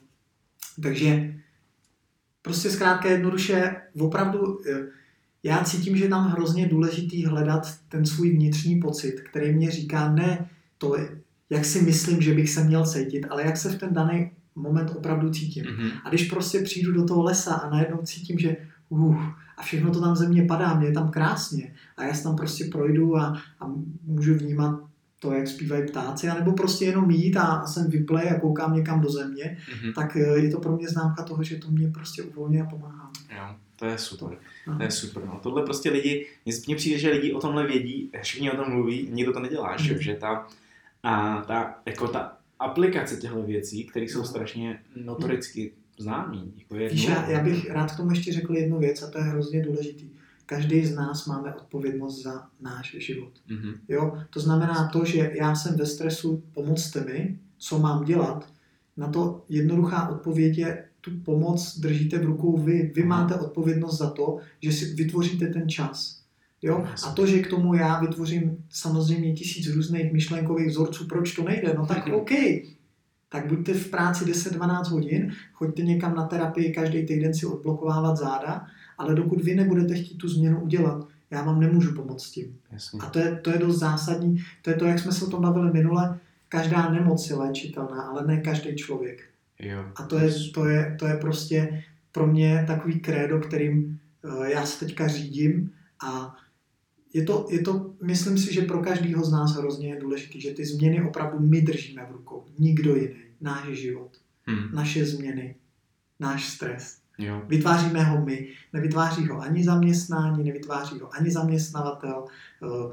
B: Takže prostě zkrátka jednoduše opravdu já cítím, že je tam hrozně důležitý hledat ten svůj vnitřní pocit, který mě říká ne to, jak si myslím, že bych se měl cítit, ale jak se v ten daný moment opravdu cítím.
A: Mm-hmm.
B: A když prostě přijdu do toho lesa a najednou cítím, že uh, a všechno to tam ze mě padá, mě je tam krásně a já se tam prostě projdu a, a můžu vnímat to, jak zpívají ptáci, anebo prostě jenom jít a, a jsem vyplej a koukám někam do země,
A: mm-hmm.
B: tak je to pro mě známka toho, že to mě prostě uvolňuje a pomáhá.
A: Jo, to je super.
B: Aha.
A: To je super. No. Tohle prostě lidi, mně přijde, že lidi o tomhle vědí, všichni o tom mluví, nikdo to nedělá, mm. že ta, a ta, jako ta aplikace těchto věcí, které jsou strašně notoricky známý. Jako je
B: Víš, já, já bych rád k tomu ještě řekl jednu věc a to je hrozně důležitý. Každý z nás máme odpovědnost za náš život.
A: Mm-hmm.
B: Jo? To znamená to, že já jsem ve stresu, pomozte mi, co mám dělat. Na to jednoduchá odpověď je, tu pomoc držíte v rukou vy. Vy máte odpovědnost za to, že si vytvoříte ten čas. Jo? A to, že k tomu já vytvořím samozřejmě tisíc různých myšlenkových vzorců, proč to nejde, no tak OK. Tak buďte v práci deset dvanáct hodin, choďte někam na terapii, každý týden si odblokovávat záda, ale dokud vy nebudete chtít tu změnu udělat, já vám nemůžu pomoct s tím.
A: Jasně.
B: A to je, to je dost zásadní. To je to, jak jsme se o tom bavili minule, každá nemoc je léčitelná, ale ne každý člověk.
A: Jo.
B: A to je, to, je, to je prostě pro mě takový krédo, kterým uh, já se teďka řídím a je to, je to, myslím si, že pro každýho z nás hrozně je důležitý, že ty změny opravdu my držíme v rukou. Nikdo jiný. Náš život.
A: Hmm.
B: Naše změny. Náš stres.
A: Jo.
B: Vytváříme ho my. Nevytváří ho ani zaměstnání, nevytváří ho ani zaměstnavatel, uh,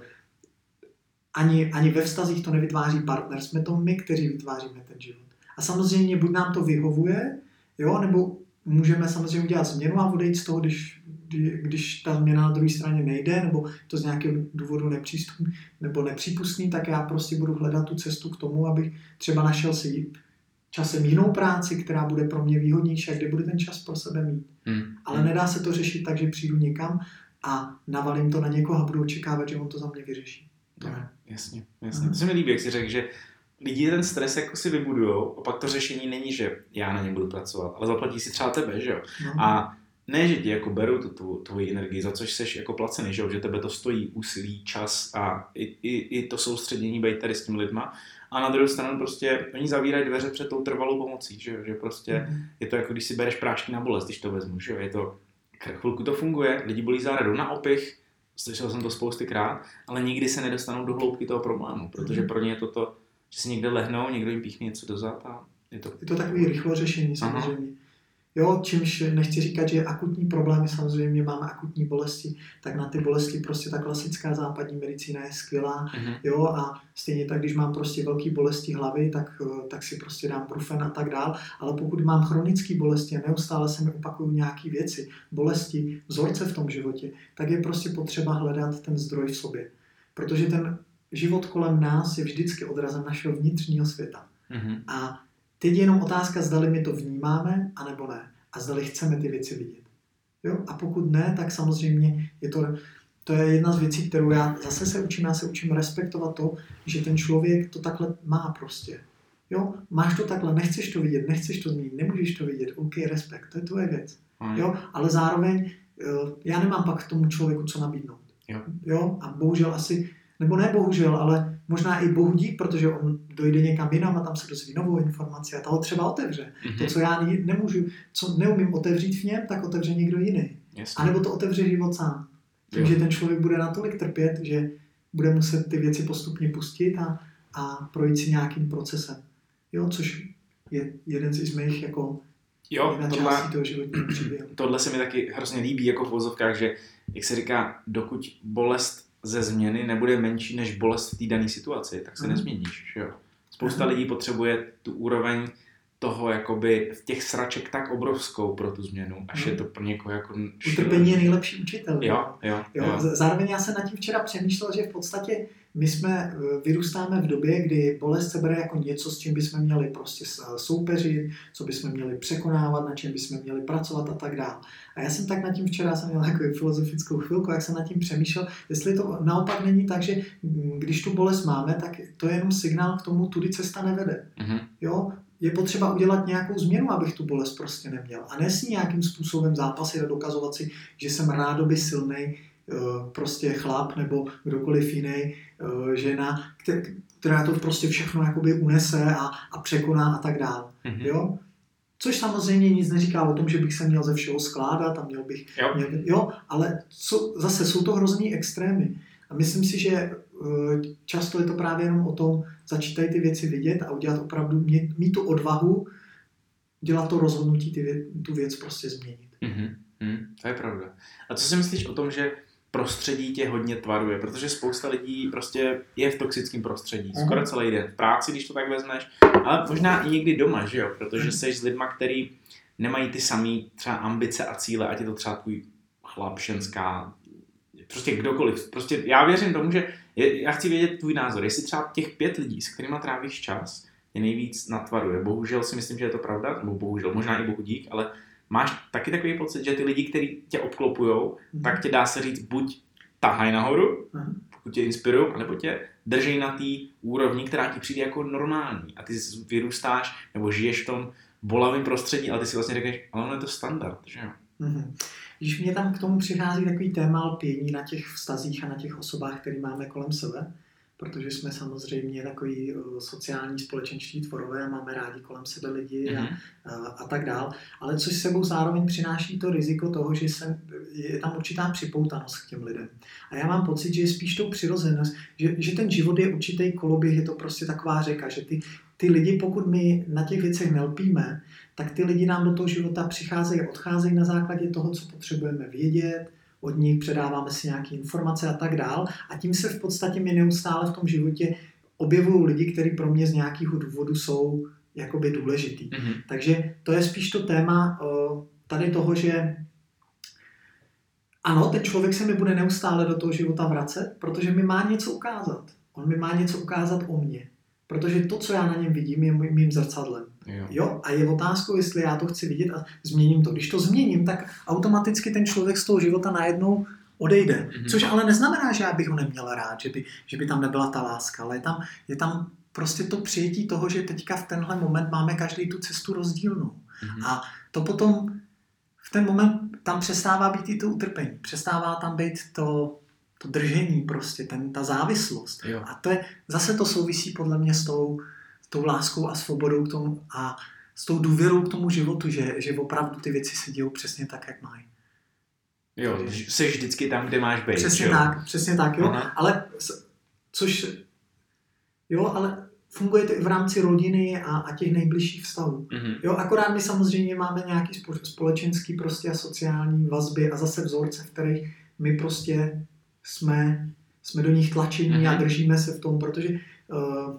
B: ani, ani ve vztazích to nevytváří partner. Jsme to my, kteří vytváříme ten život. A samozřejmě buď nám to vyhovuje, jo, nebo můžeme samozřejmě udělat změnu a odejít z toho, když, když ta změna na druhé straně nejde, nebo to z nějakého důvodu nepřístupný, nebo nepřípustný, tak já prostě budu hledat tu cestu k tomu, abych třeba našel si časem jinou práci, která bude pro mě výhodnější a kde bude ten čas pro sebe mít.
A: Hmm.
B: Ale nedá se to řešit tak, že přijdu někam a navalím to na někoho a budu očekávat, že on to za mě vyřeší.
A: To ne. Jasně, jasně. To se mi líbí, jak jsi řekl, že lidi ten stres jako si vybudujou a pak to řešení není, že já na něm budu pracovat, ale zaplatí si třeba tebe, že jo?
B: No.
A: A ne, že ti jako berou tu, tu tvoji energii, za což seš jako placený, že jo? Že tebe to stojí úsilí, čas a i, i, i to soustředění být tady s těmi lidma. A na druhou stranu prostě oni zavírají dveře před tou trvalou pomocí, že jo? Že prostě mm. je to jako když si bereš prášky na bolest, když to vezmu, že jo? Je to, chvilku to funguje, lidi bolí záda na opich, slyšel jsem to spoustykrát, ale nikdy se nedostanou do hloubky toho problému, protože pro ně je to to, že si někde lehnou, někdo jim píchne něco do zad a je to...
B: Je to takový rychlo řešení samozřejmě. Aha. Jo, čímž nechci říkat, že akutní problémy, samozřejmě máme akutní bolesti, tak na ty bolesti prostě ta klasická západní medicína je skvělá,
A: uh-huh.
B: jo, a stejně tak, když mám prostě velký bolesti hlavy, tak, tak si prostě dám brufen a tak dál, ale pokud mám chronické bolesti a neustále se mi opakují nějaké věci, bolesti, vzorce v tom životě, tak je prostě potřeba hledat ten zdroj v sobě, protože ten život kolem nás je vždycky odrazem našeho vnitřního světa.
A: Uh-huh.
B: A teď je jenom otázka, zdali my to vnímáme, anebo ne. A zdali chceme ty věci vidět. Jo? A pokud ne, tak samozřejmě je to, to je jedna z věcí, kterou já zase se učím, já se učím respektovat to, že ten člověk to takhle má prostě. Jo? Máš to takhle, nechceš to vidět, nechceš to změnit, nemůžeš to vidět, OK, respekt, to je tvoje věc. Jo? Ale zároveň já nemám pak k tomu člověku co nabídnout.
A: Jo.
B: Jo? A bohužel asi, nebo ne bohužel, ale možná i bohu dík, protože on dojde někam jinam a tam se dozví novou informaci a ta ho třeba otevře. Mm-hmm. To, co já nemůžu, co neumím otevřít v něm, tak otevře někdo jiný.
A: Jasně.
B: A nebo to otevře život sám. Tím, že ten člověk bude natolik trpět, že bude muset ty věci postupně pustit a, a projít si nějakým procesem. Jo, což je jeden z mých jako
A: jo,
B: jedna
A: tohle,
B: částí toho životního příběhu.
A: Tohle se mi taky hrozně líbí jako v vozovkách, že jak se říká, dokud bolest ze změny nebude menší než bolest v té dané situaci, tak se mm. nezměníš. Že jo? Spousta mm. lidí potřebuje tu úroveň toho jakoby těch sraček tak obrovskou pro tu změnu, až mm. je to pro někoho jako...
B: Utrpení je nejlepší učitel.
A: Jo, jo,
B: jo.
A: jo.
B: Zároveň já jsem nad tím včera přemýšlel, že v podstatě my jsme, vyrůstáme v době, kdy bolest se bere jako něco, s čím bychom měli prostě soupeřit, co bychom měli překonávat, na čem bychom měli pracovat a tak dále. A já jsem tak nad tím včera, jsem měl takovou filozofickou chvilku, jak jsem nad tím přemýšlel, jestli to naopak není tak, že když tu bolest máme, tak to je jenom signál k tomu, tudy cesta nevede. Mm-hmm. Jo? Je potřeba udělat nějakou změnu, abych tu bolest prostě neměl. A ne si nějakým způsobem zápasit a dokazovat si, že jsem rádoby silnej, prostě chlap nebo kdokoliv jiný, žena, která to prostě všechno jakoby unese a, a překoná a tak dále. Mm-hmm. Jo? Což samozřejmě nic neříká o tom, že bych se měl ze všeho skládat a měl bych... Jo, měl, jo ale co, zase jsou to hrozný extrémy. A myslím si, že často je to právě jenom o tom začít tady ty věci vidět a udělat opravdu, mít, mít tu odvahu, dělat to rozhodnutí, ty vě, tu věc prostě změnit.
A: Mm-hmm. Mm, to je pravda. A co si myslíš o tom, že prostředí tě hodně tvaruje, protože spousta lidí prostě je v toxickém prostředí, mm. skoro celý den, v práci, když to tak vezmeš, ale možná i někdy doma, že jo, protože jsi s lidma, který nemají ty samý třeba ambice a cíle, ať je to třeba tvůj chlap, ženská, prostě kdokoliv, prostě já věřím tomu, že je, já chci vědět tvůj názor, jestli třeba těch pět lidí, s kterýma trávíš čas, je nejvíc natvaruje, bohužel si myslím, že je to pravda, nebo bohužel, možná i bohu dík, ale máš taky takový pocit, že ty lidi, kteří tě obklopujou, mm. tak tě dá se říct, buď tahají nahoru, mm. pokud tě inspirují, anebo tě drží na té úrovni, která ti přijde jako normální. A ty vyrůstáš nebo žiješ v tom bolavém prostředí, ale ty si vlastně řekneš, ale ono je to standard, že jo?
B: Mm. Když mě tam k tomu přichází takový téma lpění na těch vztazích a na těch osobách, které máme kolem sebe, protože jsme samozřejmě takový sociální společenští tvorové a máme rádi kolem sebe lidi mm-hmm. a, a, a tak dál. Ale což sebou zároveň přináší to riziko toho, že se, je tam určitá připoutanost k těm lidem. A já mám pocit, že je spíš tou přirozenost, že, že ten život je určitý koloběh, je to prostě taková řeka, že ty, ty lidi, pokud my na těch věcech nelpíme, tak ty lidi nám do toho života přicházejí a odcházejí na základě toho, co potřebujeme vědět, od nich předáváme si nějaké informace a tak dál a tím se v podstatě mi neustále v tom životě objevují lidi, kteří pro mě z nějakého důvodu jsou jakoby důležitý. Mm-hmm. Takže to je spíš to téma uh, tady toho, že ano, ten člověk se mi bude neustále do toho života vracet, protože mi má něco ukázat. On mi má něco ukázat o mně. Protože to, co já na něm vidím, je mým zrcadlem. Jo. Jo? A je otázkou, jestli já to chci vidět a změním to. Když to změním, tak automaticky ten člověk z toho života najednou odejde. Mm-hmm. Což ale neznamená, že já bych ho neměl rád, že by, že by tam nebyla ta láska, ale je tam, je tam prostě to přijetí toho, že teďka v tenhle moment máme každý tu cestu rozdílnou. Mm-hmm. A to potom v ten moment tam přestává být i to utrpení. Přestává tam být to to držení prostě, ten, ta závislost. Jo. A to je, zase to souvisí podle mě s tou, s tou láskou a svobodou k tomu a s tou důvěrou k tomu životu, že, že opravdu ty věci se dějou přesně tak, jak mají.
A: Jo, jsi vždycky tam, kde máš být.
B: Přesně
A: jo?
B: tak, přesně tak, jo. Aha. Ale, což, jo, ale funguje to i v rámci rodiny a, a těch nejbližších vztahů. Mm-hmm. Jo, akorát my samozřejmě máme nějaký společenský prostě a sociální vazby a zase vzorce, v kterých my prostě Jsme, jsme do nich tlačení mm-hmm. a držíme se v tom, protože uh,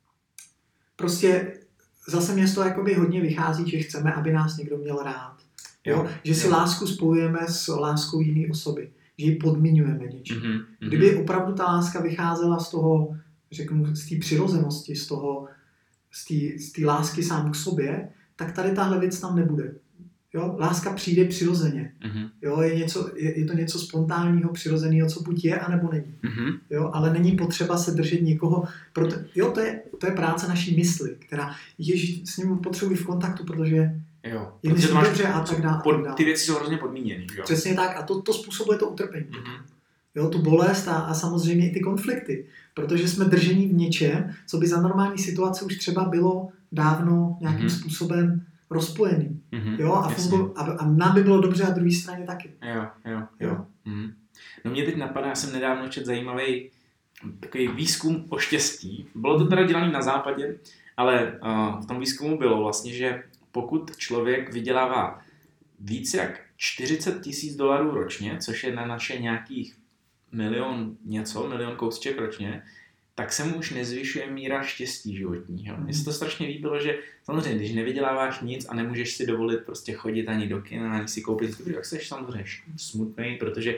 B: prostě zase mě z toho jakoby hodně vychází, že chceme, aby nás někdo měl rád. Jo? Jo? Že si jo. lásku spojujeme s láskou jiné osoby. Že ji podmiňujeme něčím. Mm-hmm. Kdyby opravdu ta láska vycházela z toho, řeknu, z té přirozenosti, z toho, z té lásky sám k sobě, tak tady tahle věc tam nebude. Jo? Láska přijde přirozeně. Mm-hmm. Jo? Je, něco, je, je to něco spontánního, přirozeného, co buď je, anebo není. Mm-hmm. Jo? Ale není potřeba se držet někoho. Proto, jo, to je, to je práce naší mysli, která ježí, s ním potřebují v kontaktu, protože
A: jo,
B: je myslí dobře a tak dále.
A: Pod, ty věci jsou hrozně podmíněny. Jo?
B: Přesně tak. A to, to způsobuje to utrpení. Mm-hmm. Jo, tu bolest a, a samozřejmě i ty konflikty. Protože jsme držení v něčem, co by za normální situace už třeba bylo dávno nějakým mm-hmm. způsobem rozpojený. Mm-hmm, jo, a, fungu, a, a nám by bylo dobře a druhé straně taky.
A: Jo, jo, jo. jo. Mm. No mě teď napadá, já jsem nedávno četl zajímavý takový výzkum o štěstí. Bylo to teda dělané na západě, ale uh, v tom výzkumu bylo vlastně, že pokud člověk vydělává více jak čtyřicet tisíc dolarů ročně, což je na naše nějakých milion něco, milion kousček ročně, tak se mu už nezvyšuje míra štěstí životního. Mně se to strašně líbilo, že samozřejmě, když nevyděláváš nic a nemůžeš si dovolit prostě chodit ani do kina, ani si koupit dobrý, tak jsi samozřejmě smutnej, protože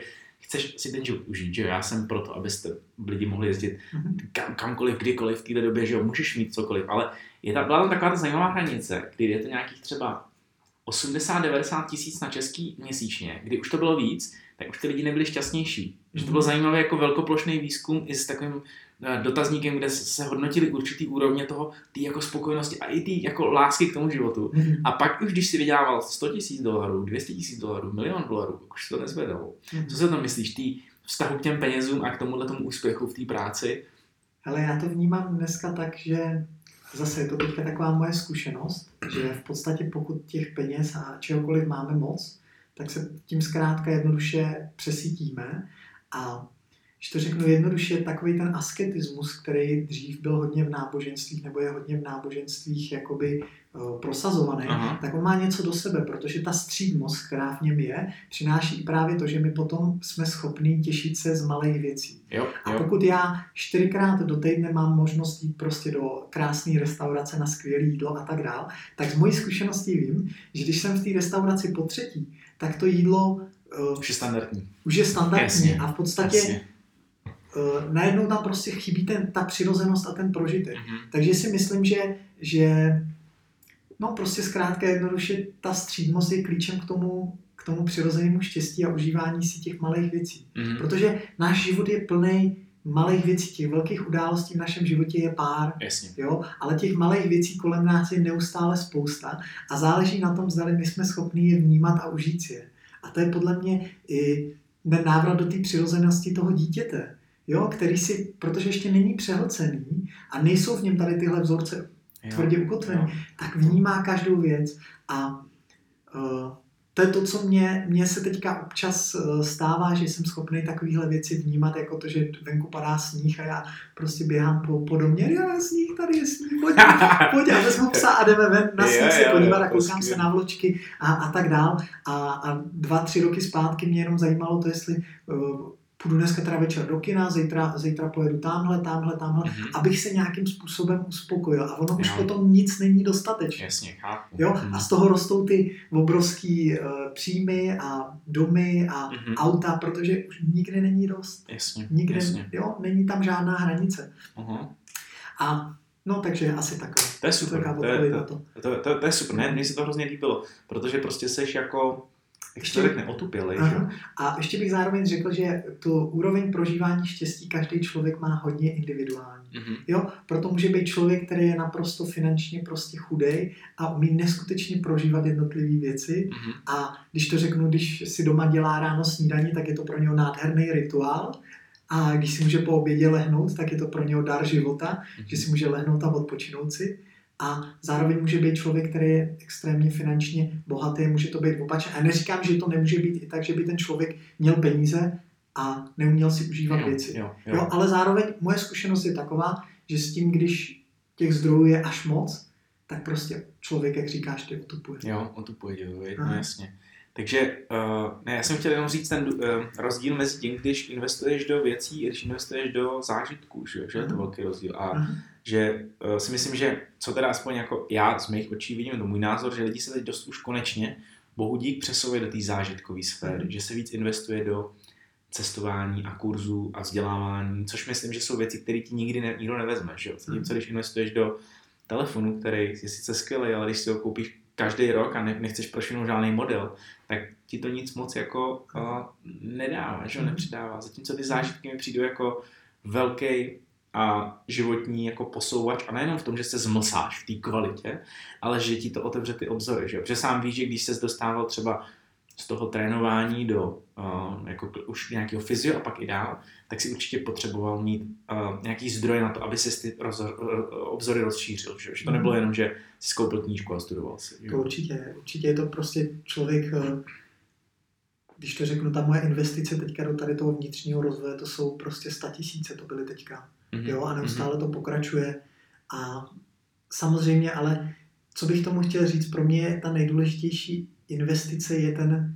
A: chceš si ten život užít, že jo? Já jsem proto, abyste lidi mohli jezdit kam, kamkoliv, kdykoliv v této době, že jo? Můžeš mít cokoliv, ale je ta, byla tam taková ta zajímavá hranice, kdy je to nějakých třeba osmdesát devadesát tisíc na český měsíčně, kdy už to bylo víc, tak už ty lidi nebyli šťastnější. Že to bylo zajímavé jako velkoplošný výzkum i s takovým dotazníkem, kde se hodnotili určitý úrovně toho, ty jako spokojenosti a i ty jako lásky k tomu životu.
B: Mm-hmm.
A: A pak už, když si vydělával sto tisíc dolarů, dvě stě tisíc dolarů, milion dolarů, už to nezvedalo. Mm-hmm. Co se tam myslíš, ty vztahu k těm penězům a k tomuhle tomu úspěchu v té práci?
B: Ale já to vnímám dneska tak, že zase je to teďka taková moje zkušenost, že v podstatě pokud těch peněz a čehokoliv máme moc, tak se tím zkrátka jednoduše přesítíme. A když to řeknu jednoduše, takový ten asketismus, který dřív byl hodně v náboženstvích, nebo je hodně v náboženstvích jakoby uh, prosazovaný, Aha. tak on má něco do sebe, protože ta střídmost, která v něm je, přináší právě to, že my potom jsme schopní těšit se z malých věcí.
A: Jo, jo.
B: A pokud já čtyřikrát do týdne mám možnost jít prostě do krásné restaurace na skvělé jídlo a tak dál, tak z mojí zkušeností vím, že když jsem v té restauraci po třetí, tak to jídlo uh,
A: už je standardní.
B: Už je standardní
A: Jasně.
B: a v podstatě Jasně. Uh, najednou tam prostě chybí ten, ta přirozenost a ten prožitek. Mm-hmm. Takže si myslím, že, že no prostě zkrátka jednoduše ta střídmost je klíčem k tomu, k tomu přirozenému štěstí a užívání si těch malých věcí. Mm-hmm. Protože náš život je plný malých věcí, těch velkých událostí v našem životě je pár,
A: Jasně.
B: jo, ale těch malých věcí kolem nás je neustále spousta a záleží na tom, zda my jsme schopni je vnímat a užít si je. A to je podle mě i ten návrat do té přirozenosti toho dítěte, jo, který si, protože ještě není přehlcený a nejsou v něm tady tyhle vzorce jo, tvrdě ukotvený, jo. tak vnímá každou věc a uh, to je to, co mě, mě se teďka občas stává, že jsem schopný takovéhle věci vnímat, jako to, že venku padá sníh a já prostě běhám po, po domě, jo, sníh, tady je sníh, pojď, pojď a vezmu psa a jdeme ven na sníh se podívat a koukám se na vločky a, a tak dál. A, a dva, tři roky zpátky mě jenom zajímalo to, jestli uh, půjdu dneska teda večer do kina, zítra, zítra pojedu tamhle, tamhle, tamhle, mm-hmm. abych se nějakým způsobem uspokojil. A ono jo. už potom nic není dostatečné.
A: Jasně, chápu.
B: Jo? A z toho rostou ty obrovský uh, příjmy a domy a mm-hmm. auta, protože už nikdy není dost.
A: Jasně,
B: nikdy,
A: jasně.
B: Jo, není tam žádná hranice.
A: Uh-huh.
B: A no, takže asi takové.
A: To je super. To je, to, to, to, to, to je super. Ne, mně se to hrozně líbilo, protože prostě seš jako jak se to řekne, otupělej, že?
B: A ještě bych zároveň řekl, že tu úroveň prožívání štěstí každý člověk má hodně individuální. Mm-hmm. Jo? Proto může být člověk, který je naprosto finančně prostě chudej a umí neskutečně prožívat jednotlivé věci. Mm-hmm. A když to řeknu, když si doma dělá ráno snídaní, tak je to pro něho nádherný rituál. A když si může po obědě lehnout, tak je to pro něho dar života, mm-hmm. že si může lehnout a odpočinout si. A zároveň může být člověk, který je extrémně finančně bohatý, může to být opačně. A neříkám, že to nemůže být i tak, že by ten člověk měl peníze a neuměl si užívat jo, věci. Jo, jo. Jo, ale zároveň moje zkušenost je taková, že s tím, když těch zdrojů je až moc, tak prostě člověk, jak říkáš, ty otupuje.
A: Jo, otupuje, jo, no jasně. Takže uh, ne, já jsem chtěl jenom říct ten uh, rozdíl mezi tím, když investuješ do věcí a když investuješ do zážitků, že, že je to velký rozdíl. A uh-huh. že uh, si myslím, že co teda aspoň jako já z mých očí vidím, to můj názor, že lidi se teď dost už konečně bohu dík přesouvají do té zážitkové sféry, uh-huh. že se víc investuje do cestování a kurzů a vzdělávání, což myslím, že jsou věci, které ti nikdy ne, nikdo nevezme. Že? Zatímco když investuješ do telefonu, který je sice skvělý, ale když si ho koupíš každý rok a ne, nechceš prošvinout žádný model, tak ti to nic moc jako uh, nedává, že? nepřidává. Zatímco ty zážitky mi přijdou jako velký a životní jako posouvač a nejenom v tom, že se zmlsáš v té kvalitě, ale že ti to otevře ty obzory. Že? Protože sám víš, že když ses dostával třeba z toho trénování do uh, jako už nějakého fyzio a pak i dál, tak si určitě potřeboval mít uh, nějaký zdroj na to, aby si ty rozor, obzory rozšířil. Že, že to nebylo jenom, že jsi skoupil knížku a studoval si.
B: To určitě. Určitě je to prostě člověk, když to řeknu, ta moje investice teďka do tady toho vnitřního rozvoje, to jsou prostě statisíce, to byly teďka. Mm-hmm. Jo, a neustále mm-hmm. to pokračuje. A samozřejmě, ale co bych tomu chtěl říct, pro mě ta nejdůležitější investice je ten,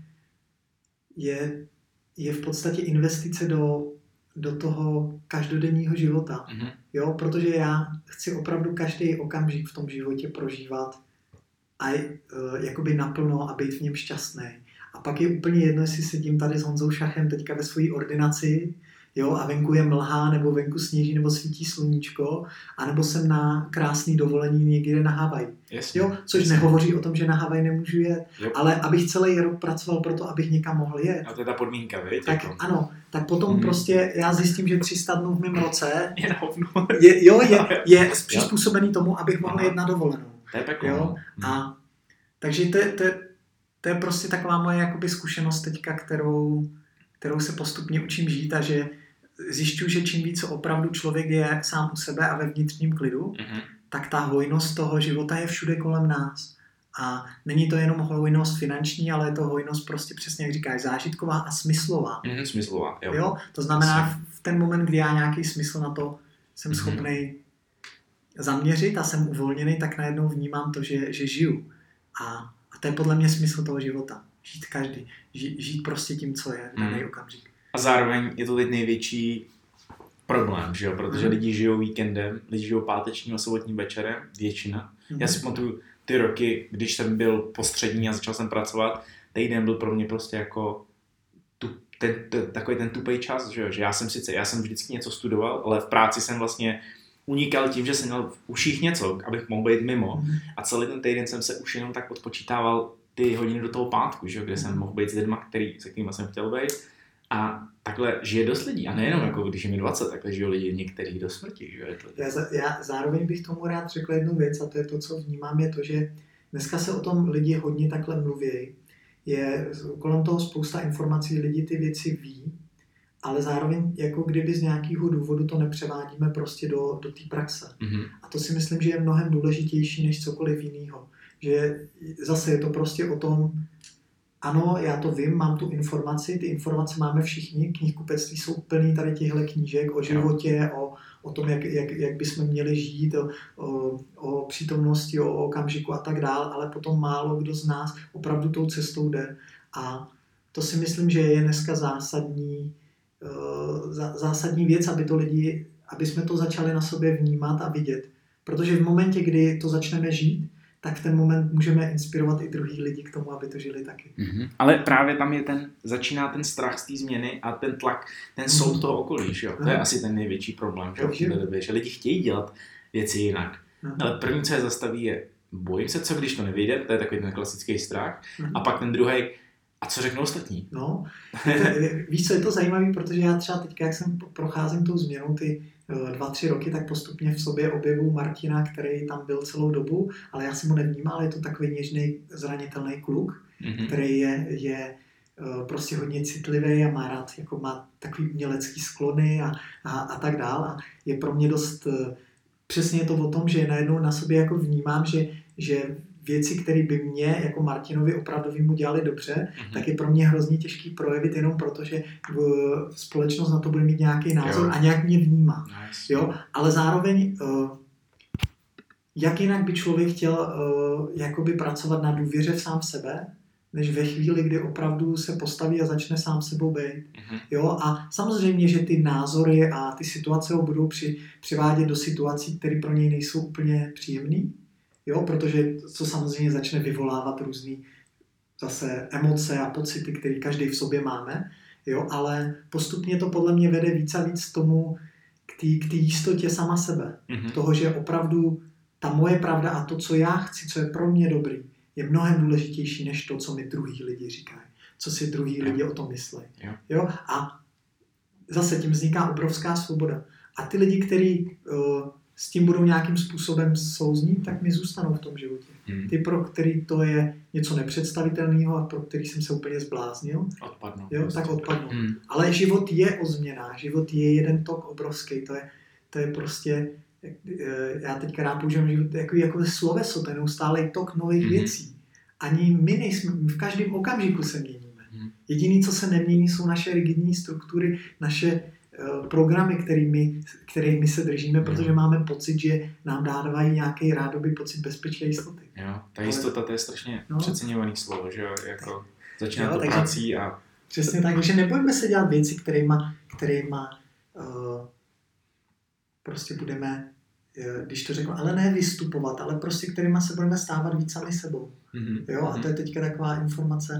B: je, je v podstatě investice do, do toho každodenního života. Mm-hmm. Jo, protože já chci opravdu každý okamžik v tom životě prožívat a uh, jakoby naplno a být v něm šťastný. A pak je úplně jedno, jestli sedím tady s Honzou Šachem teďka ve své ordinaci, jo, a venku je mlha, nebo venku sněží, nebo svítí sluníčko, anebo jsem na krásný dovolení někde na Havaji. Jo, což
A: jasně.
B: Nehovoří o tom, že na Havaji nemůžu jet,
A: jo.
B: ale abych celý rok pracoval pro to, abych někam mohl jet.
A: A to je ta podmínka, viď?
B: Tak
A: jako.
B: ano, tak potom hmm. prostě já zjistím, že tři sta dnů v mém roce
A: je,
B: je, jo, je, je přizpůsobený tomu, abych mohl jet na dovolenou.
A: To je peklo.
B: Jo? A takže to, to, to je prostě taková moje jakoby zkušenost teďka, kterou, kterou se postupně učím žít a že zjišťuju, že čím víc opravdu člověk je sám u sebe a ve vnitřním klidu, mm-hmm. tak ta hojnost toho života je všude kolem nás. A není to jenom hojnost finanční, ale je to hojnost prostě přesně, jak říkáš, zážitková a smyslová.
A: Mm-hmm, smyslová, jo.
B: jo. To znamená, v ten moment, kdy já nějaký smysl na to jsem
A: mm-hmm.
B: schopnej zaměřit a jsem uvolněný, tak najednou vnímám to, že, že žiju. A, a to je podle mě smysl toho života. Žít každý. Žít, žít prostě tím, co je v daný mm. okamžik.
A: A zároveň je to teď největší problém, že jo? Protože mm. lidi žijou víkendem, lidi žijou pátečním a sobotním večerem, většina. Mm. Já si pamatuju ty roky, když jsem byl postřední a začal jsem pracovat, týden byl pro mě prostě jako tu, ten, ten, takový ten tupej čas, že jo? Že já jsem sice, já jsem vždycky něco studoval, ale v práci jsem vlastně unikal tím, že jsem měl v uších něco, abych mohl být mimo. Mm. A celý ten týden jsem se už jenom tak odpočítával ty hodiny do toho pátku, že? Kde mm. jsem mohl být s lidma, který, se kterými jsem chtěl být. A takhle žije dost lidí. A nejenom jako když je mi dvacet, takhle žijou lidi některých do smrti. Že? Je to...
B: já, já zároveň bych tomu rád řekl jednu věc a to je to, co vnímám, je to, že dneska se o tom lidi hodně takhle mluví. Je kolem toho spousta informací, lidi ty věci ví, ale zároveň jako kdyby z nějakého důvodu to nepřevádíme prostě do, do té praxe. Mm-hmm. A to si myslím, že je mnohem důležitější než cokoliv jiného. Že zase je to prostě o tom, ano, já to vím, mám tu informaci, ty informace máme všichni, knihkupectví jsou plný tady těchto knížek o životě, o, o tom, jak, jak, jak bychom měli žít, o, o, o přítomnosti, o okamžiku a tak dál, ale potom málo kdo z nás opravdu tou cestou jde. A to si myslím, že je dneska zásadní, zásadní věc, aby to lidi, aby jsme to začali na sobě vnímat a vidět. Protože v momentě, kdy to začneme žít, tak v ten moment můžeme inspirovat i druhý lidi k tomu, aby to žili taky.
A: Mm-hmm. Ale právě tam je ten, začíná ten strach z té změny a ten tlak, ten soud mm-hmm. toho okolí, že jo? To je asi ten největší problém, že, v této době, že lidi chtějí dělat věci jinak. Mm-hmm. Ale první, co je zastaví, je bojím se, co když to nevyjde, to je takový ten klasický strach. Mm-hmm. A pak ten druhý, a co řeknou ostatní?
B: No, to, víš co, je to zajímavé, protože já třeba teďka, jak jsem procházím tou změnou ty dva, tři roky, tak postupně v sobě objevu Martina, který tam byl celou dobu, ale já jsem ho nevnímal, je to takový něžný, zranitelný kluk, mm-hmm. který je, je prostě hodně citlivý a má rád, jako má takový umělecký sklony a, a, a tak dál. A je pro mě dost, přesně je to o tom, že najednou na sobě jako vnímám, že, že věci, které by mě jako Martinovi opravdu dělali dobře, mm-hmm. tak je pro mě hrozně těžký projevit jenom proto, že společnost na to bude mít nějaký názor jo. a nějak mě vnímá. Nice. Jo? Ale zároveň, jak jinak by člověk chtěl jakoby pracovat na důvěře v sám v sebe, než ve chvíli, kdy opravdu se postaví a začne sám sebou být. Mm-hmm. Jo? A samozřejmě, že ty názory a ty situace ho budou při, přivádět do situací, které pro něj nejsou úplně příjemné. Jo, protože to samozřejmě začne vyvolávat různý zase emoce a pocity, které každý v sobě máme, jo, ale postupně to podle mě vede víc a víc tomu k té jistotě sama sebe. Mm-hmm. Toho, že opravdu ta moje pravda a to, co já chci, co je pro mě dobrý, je mnohem důležitější než to, co mi druhý lidi říkají, co si druhý lidi o tom myslí. Jo. Jo, a zase tím vzniká obrovská svoboda. A ty lidi, kteří uh, s tím budou nějakým způsobem souznít, tak mi zůstanou v tom životě. Hmm. Ty, pro který to je něco nepředstavitelného a pro který jsem se úplně zbláznil,
A: odpadnou,
B: jo, tak odpadnou. Hmm. Ale život je o změnách, život je jeden tok obrovský, to je, to je prostě, já teďka rád používám život jako, jako sloveso, to je neustálej tok nových hmm. věcí. Ani my nejsme, v každém okamžiku se měníme. Hmm. Jediné, co se nemění, jsou naše rigidní struktury, naše programy, kterými, kterými se držíme, protože máme pocit, že nám dávají nějaký rádoby pocit bezpečí a jistoty.
A: Jo, ta jistota, to je strašně no. přeceňovaný slovo, že jo, jako začíná to prací a...
B: Přesně tak, že nebojíme se dělat věci, kterýma, kterýma uh, prostě budeme, když to řeknu, ale ne vystupovat, ale prostě kterýma se budeme stávat víc sami sebou. Mm-hmm. Jo, a to je teďka taková informace,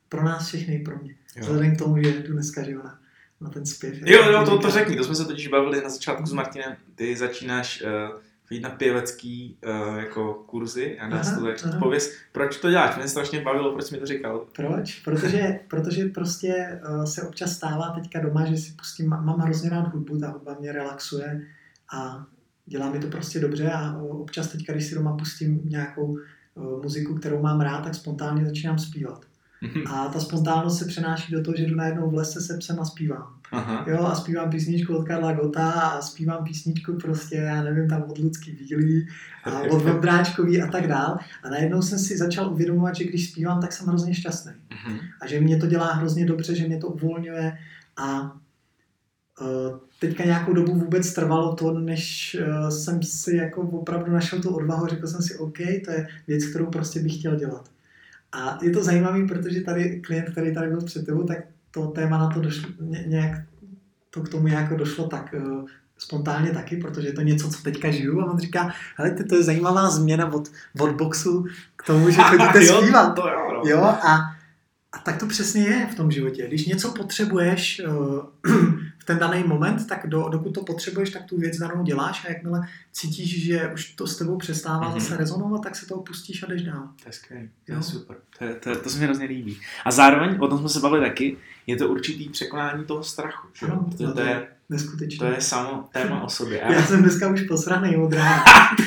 B: pro nás všechny, pro mě. Jo. Vzhledem k tomu, že jdu dneska, že jo, na, na ten zpěv.
A: Jo, jo, to, to řekni, to jsme se totiž bavili na začátku s Martinem. Ty začínáš uh, chodit na pěvecký uh, jako kurzy a dá se to tak pověz, proč to děláš? Mě strašně bavilo, proč jsi mi to říkal.
B: Proč? Protože, protože prostě uh, se občas stává teďka doma, že si pustím, mám hrozně rád hudbu, ta hudba mě relaxuje a dělá mi to prostě dobře a občas teďka, když si doma pustím nějakou uh, muziku, kterou mám rád, tak spontánně začínám zpívat. A ta spontánnost se přenáší do toho, že jdu najednou v lese se psem a zpívám. Aha. Jo, a zpívám písničku od Karla Gotta a zpívám písničku prostě, já nevím, tam od Lucky Bílý a od Vondráčkový a tak dál. A najednou jsem si začal uvědomovat, že když zpívám, tak jsem hrozně šťastný. Aha. A že mě to dělá hrozně dobře, že mě to uvolňuje a uh, teďka nějakou dobu vůbec trvalo to, než uh, jsem si jako opravdu našel tu odvahu a řekl jsem si, OK, to je věc, kterou prostě bych chtěl dělat. A je to zajímavé, protože tady klient, který tady byl před tebou, tak to téma na to došlo, ně, nějak to k tomu jako došlo tak uh, spontánně taky, protože je to něco, co teďka žiju a on říká, hele, to je zajímavá změna od, od boxu k tomu, že chodíte zpívat.
A: Jo, jo, jo.
B: jo a, a tak to přesně je v tom životě. Když něco potřebuješ uh, v ten daný moment, tak do, dokud to potřebuješ, tak tu věc danou děláš a jakmile cítíš, že už to s tebou přestává mm-hmm. zase rezonovat, tak se toho pustíš a jdeš dál.
A: To je skvělé, to je super, to, je, to, je, to se mi hrozně líbí. A zároveň, o tom jsme se bavili taky, je to určitý překonání toho strachu, že?
B: Ano,
A: to, to, to je
B: neskutečné.
A: To je samo téma o sobě.
B: Já jsem dneska už posranej od rána.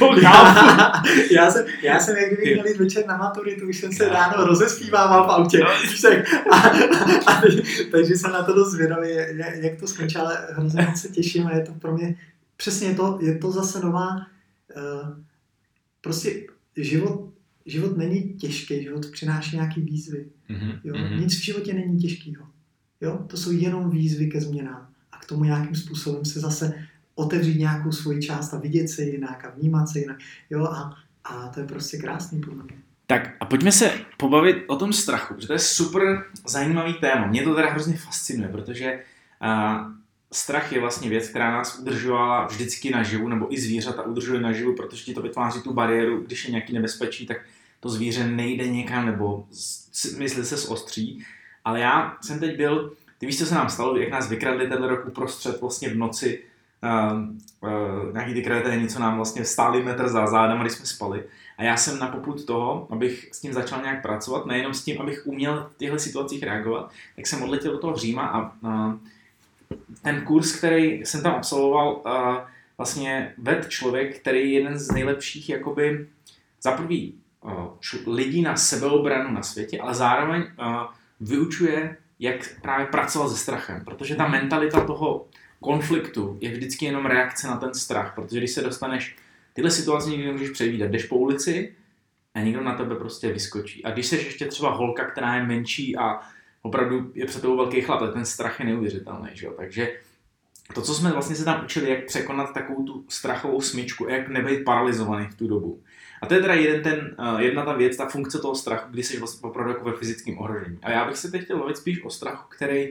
B: já, jsem, já jsem, jak kdybych měl jít večer na maturitu, už jsem se ráno rozespívával v autě. a, a, a, takže jsem na to dost zvědavý, jak to skončí, ale hrozně moc se těším a je to pro mě, přesně je to, je to zase nová, uh, prostě život, život není těžký, život přináší nějaký výzvy. Mm-hmm. Jo? Nic v životě není těžkýho. Jo? To jsou jenom výzvy ke změnám. A k tomu nějakým způsobem se zase otevřít nějakou svoji část a vidět se jinak a vnímat se jinak. Jo? A, a to je prostě krásný podle mě.
A: Tak a pojďme se pobavit o tom strachu, protože to je super zajímavý téma. Mě to teda hrozně fascinuje, protože uh, strach je vlastně věc, která nás udržovala vždycky naživu, nebo i zvířata udržuje naživu, protože ti to vytváří tu bariéru, když je nějaký nebezpečí, tak to zvíře nejde někam, nebo mysli se zostří. Ale já jsem teď byl, ty víš, co se nám stalo, jak nás vykradli tenhle rok uprostřed vlastně v noci, uh, uh, nějaký ty kreténi, co nám vlastně stáli metr za zádama, když jsme spali. A já jsem na popud toho, abych s tím začal nějak pracovat, nejenom s tím, abych uměl v těchto situacích reagovat, tak jsem odletěl do toho Říma a uh, ten kurz, který jsem tam absolvoval, uh, vlastně ved člověk, který je jeden z nejlepších jakoby za prvý uh, lidí na sebeobranu na světě, ale zároveň uh, vyučuje, jak právě pracovat se strachem, protože ta mentalita toho konfliktu je vždycky jenom reakce na ten strach, protože když se dostaneš, tyhle situace nikdy nemůžeš předvídat, jdeš po ulici a někdo na tebe prostě vyskočí. A když jsi ještě třeba holka, která je menší a opravdu je před tebou velký chlap, tak ten strach je neuvěřitelný, že jo? Takže to, co jsme vlastně se tam učili, jak překonat takovou tu strachovou smyčku, jak nebejt paralizovaný v tu dobu. A to je teda jeden ten, jedna ta věc, ta funkce toho strachu, kdy jsi vlastně opravdu jako ve fyzickém ohrožení. A já bych se teď chtěl bavit spíš o strachu, který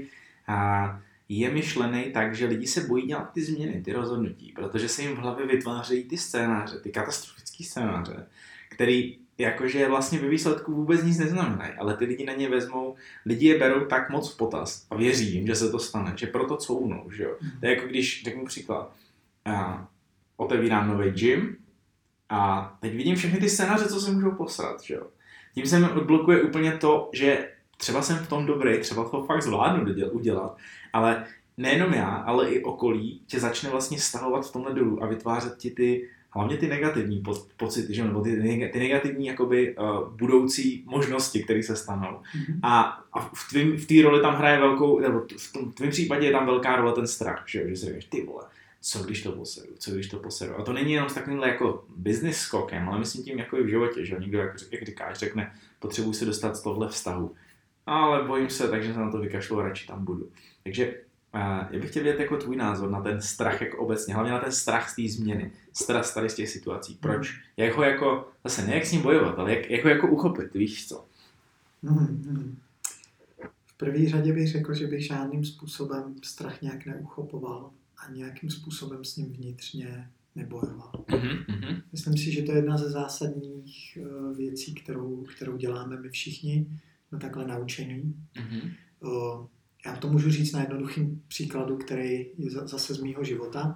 A: je myšlený tak, že lidi se bojí dělat ty změny, ty rozhodnutí, protože se jim v hlavě vytvářejí ty scénáře, ty katastrofické scénáře, který jakože vlastně ve výsledku vůbec nic neznamenají, ale ty lidi na ně vezmou, lidi je berou tak moc v potaz a věří jim, že se to stane, že proto couvnou, že jo. To je jako když, řeknu příklad, a otevírám nový gym a teď vidím všechny ty scénáře, co se můžou posrat, že jo. Tím se mi odblokuje úplně to, že třeba jsem v tom dobrý, třeba to fakt zvládnu udělat, ale nejenom já, ale i okolí tě začne vlastně stahovat v tomhle dolů a vytvářet ti ty, hlavně ty negativní po- pocity, že? Nebo ty, ty negativní jakoby, uh, budoucí možnosti, které se stanou. Mm-hmm. A, a v té roli tam hraje velkou, nebo v tom tvém případě je tam velká role ten strach, že, že si říkáš, ty vole, co když to poseru, co když to poseru. A to není jenom s takovýmhle jako business skokem, ale myslím tím jako i v životě, že někdo, jak, jak říkáš, řekne, potřebuji se dostat z tohle vztahu. Ale bojím se, takže se na to vykašlu a radši tam budu. Takže uh, já bych chtěl vědět jako tvůj názor na ten strach jako obecně, hlavně na ten strach z té změny, strach tady z těch situací. Proč? Jak ho jako, zase ne jak s ním bojovat, ale jak, jak ho jako uchopit, víš co?
B: Mm-hmm. V první řadě bych řekl, že bych žádným způsobem strach nějak neuchopoval a nějakým způsobem s ním vnitřně nebojoval. Mm-hmm. Myslím si, že to je jedna ze zásadních uh, věcí, kterou, kterou děláme my všichni, jsme takhle naučení.
A: Mm-hmm.
B: Uh, já to můžu říct na jednoduchým příkladu, který je zase z mýho života,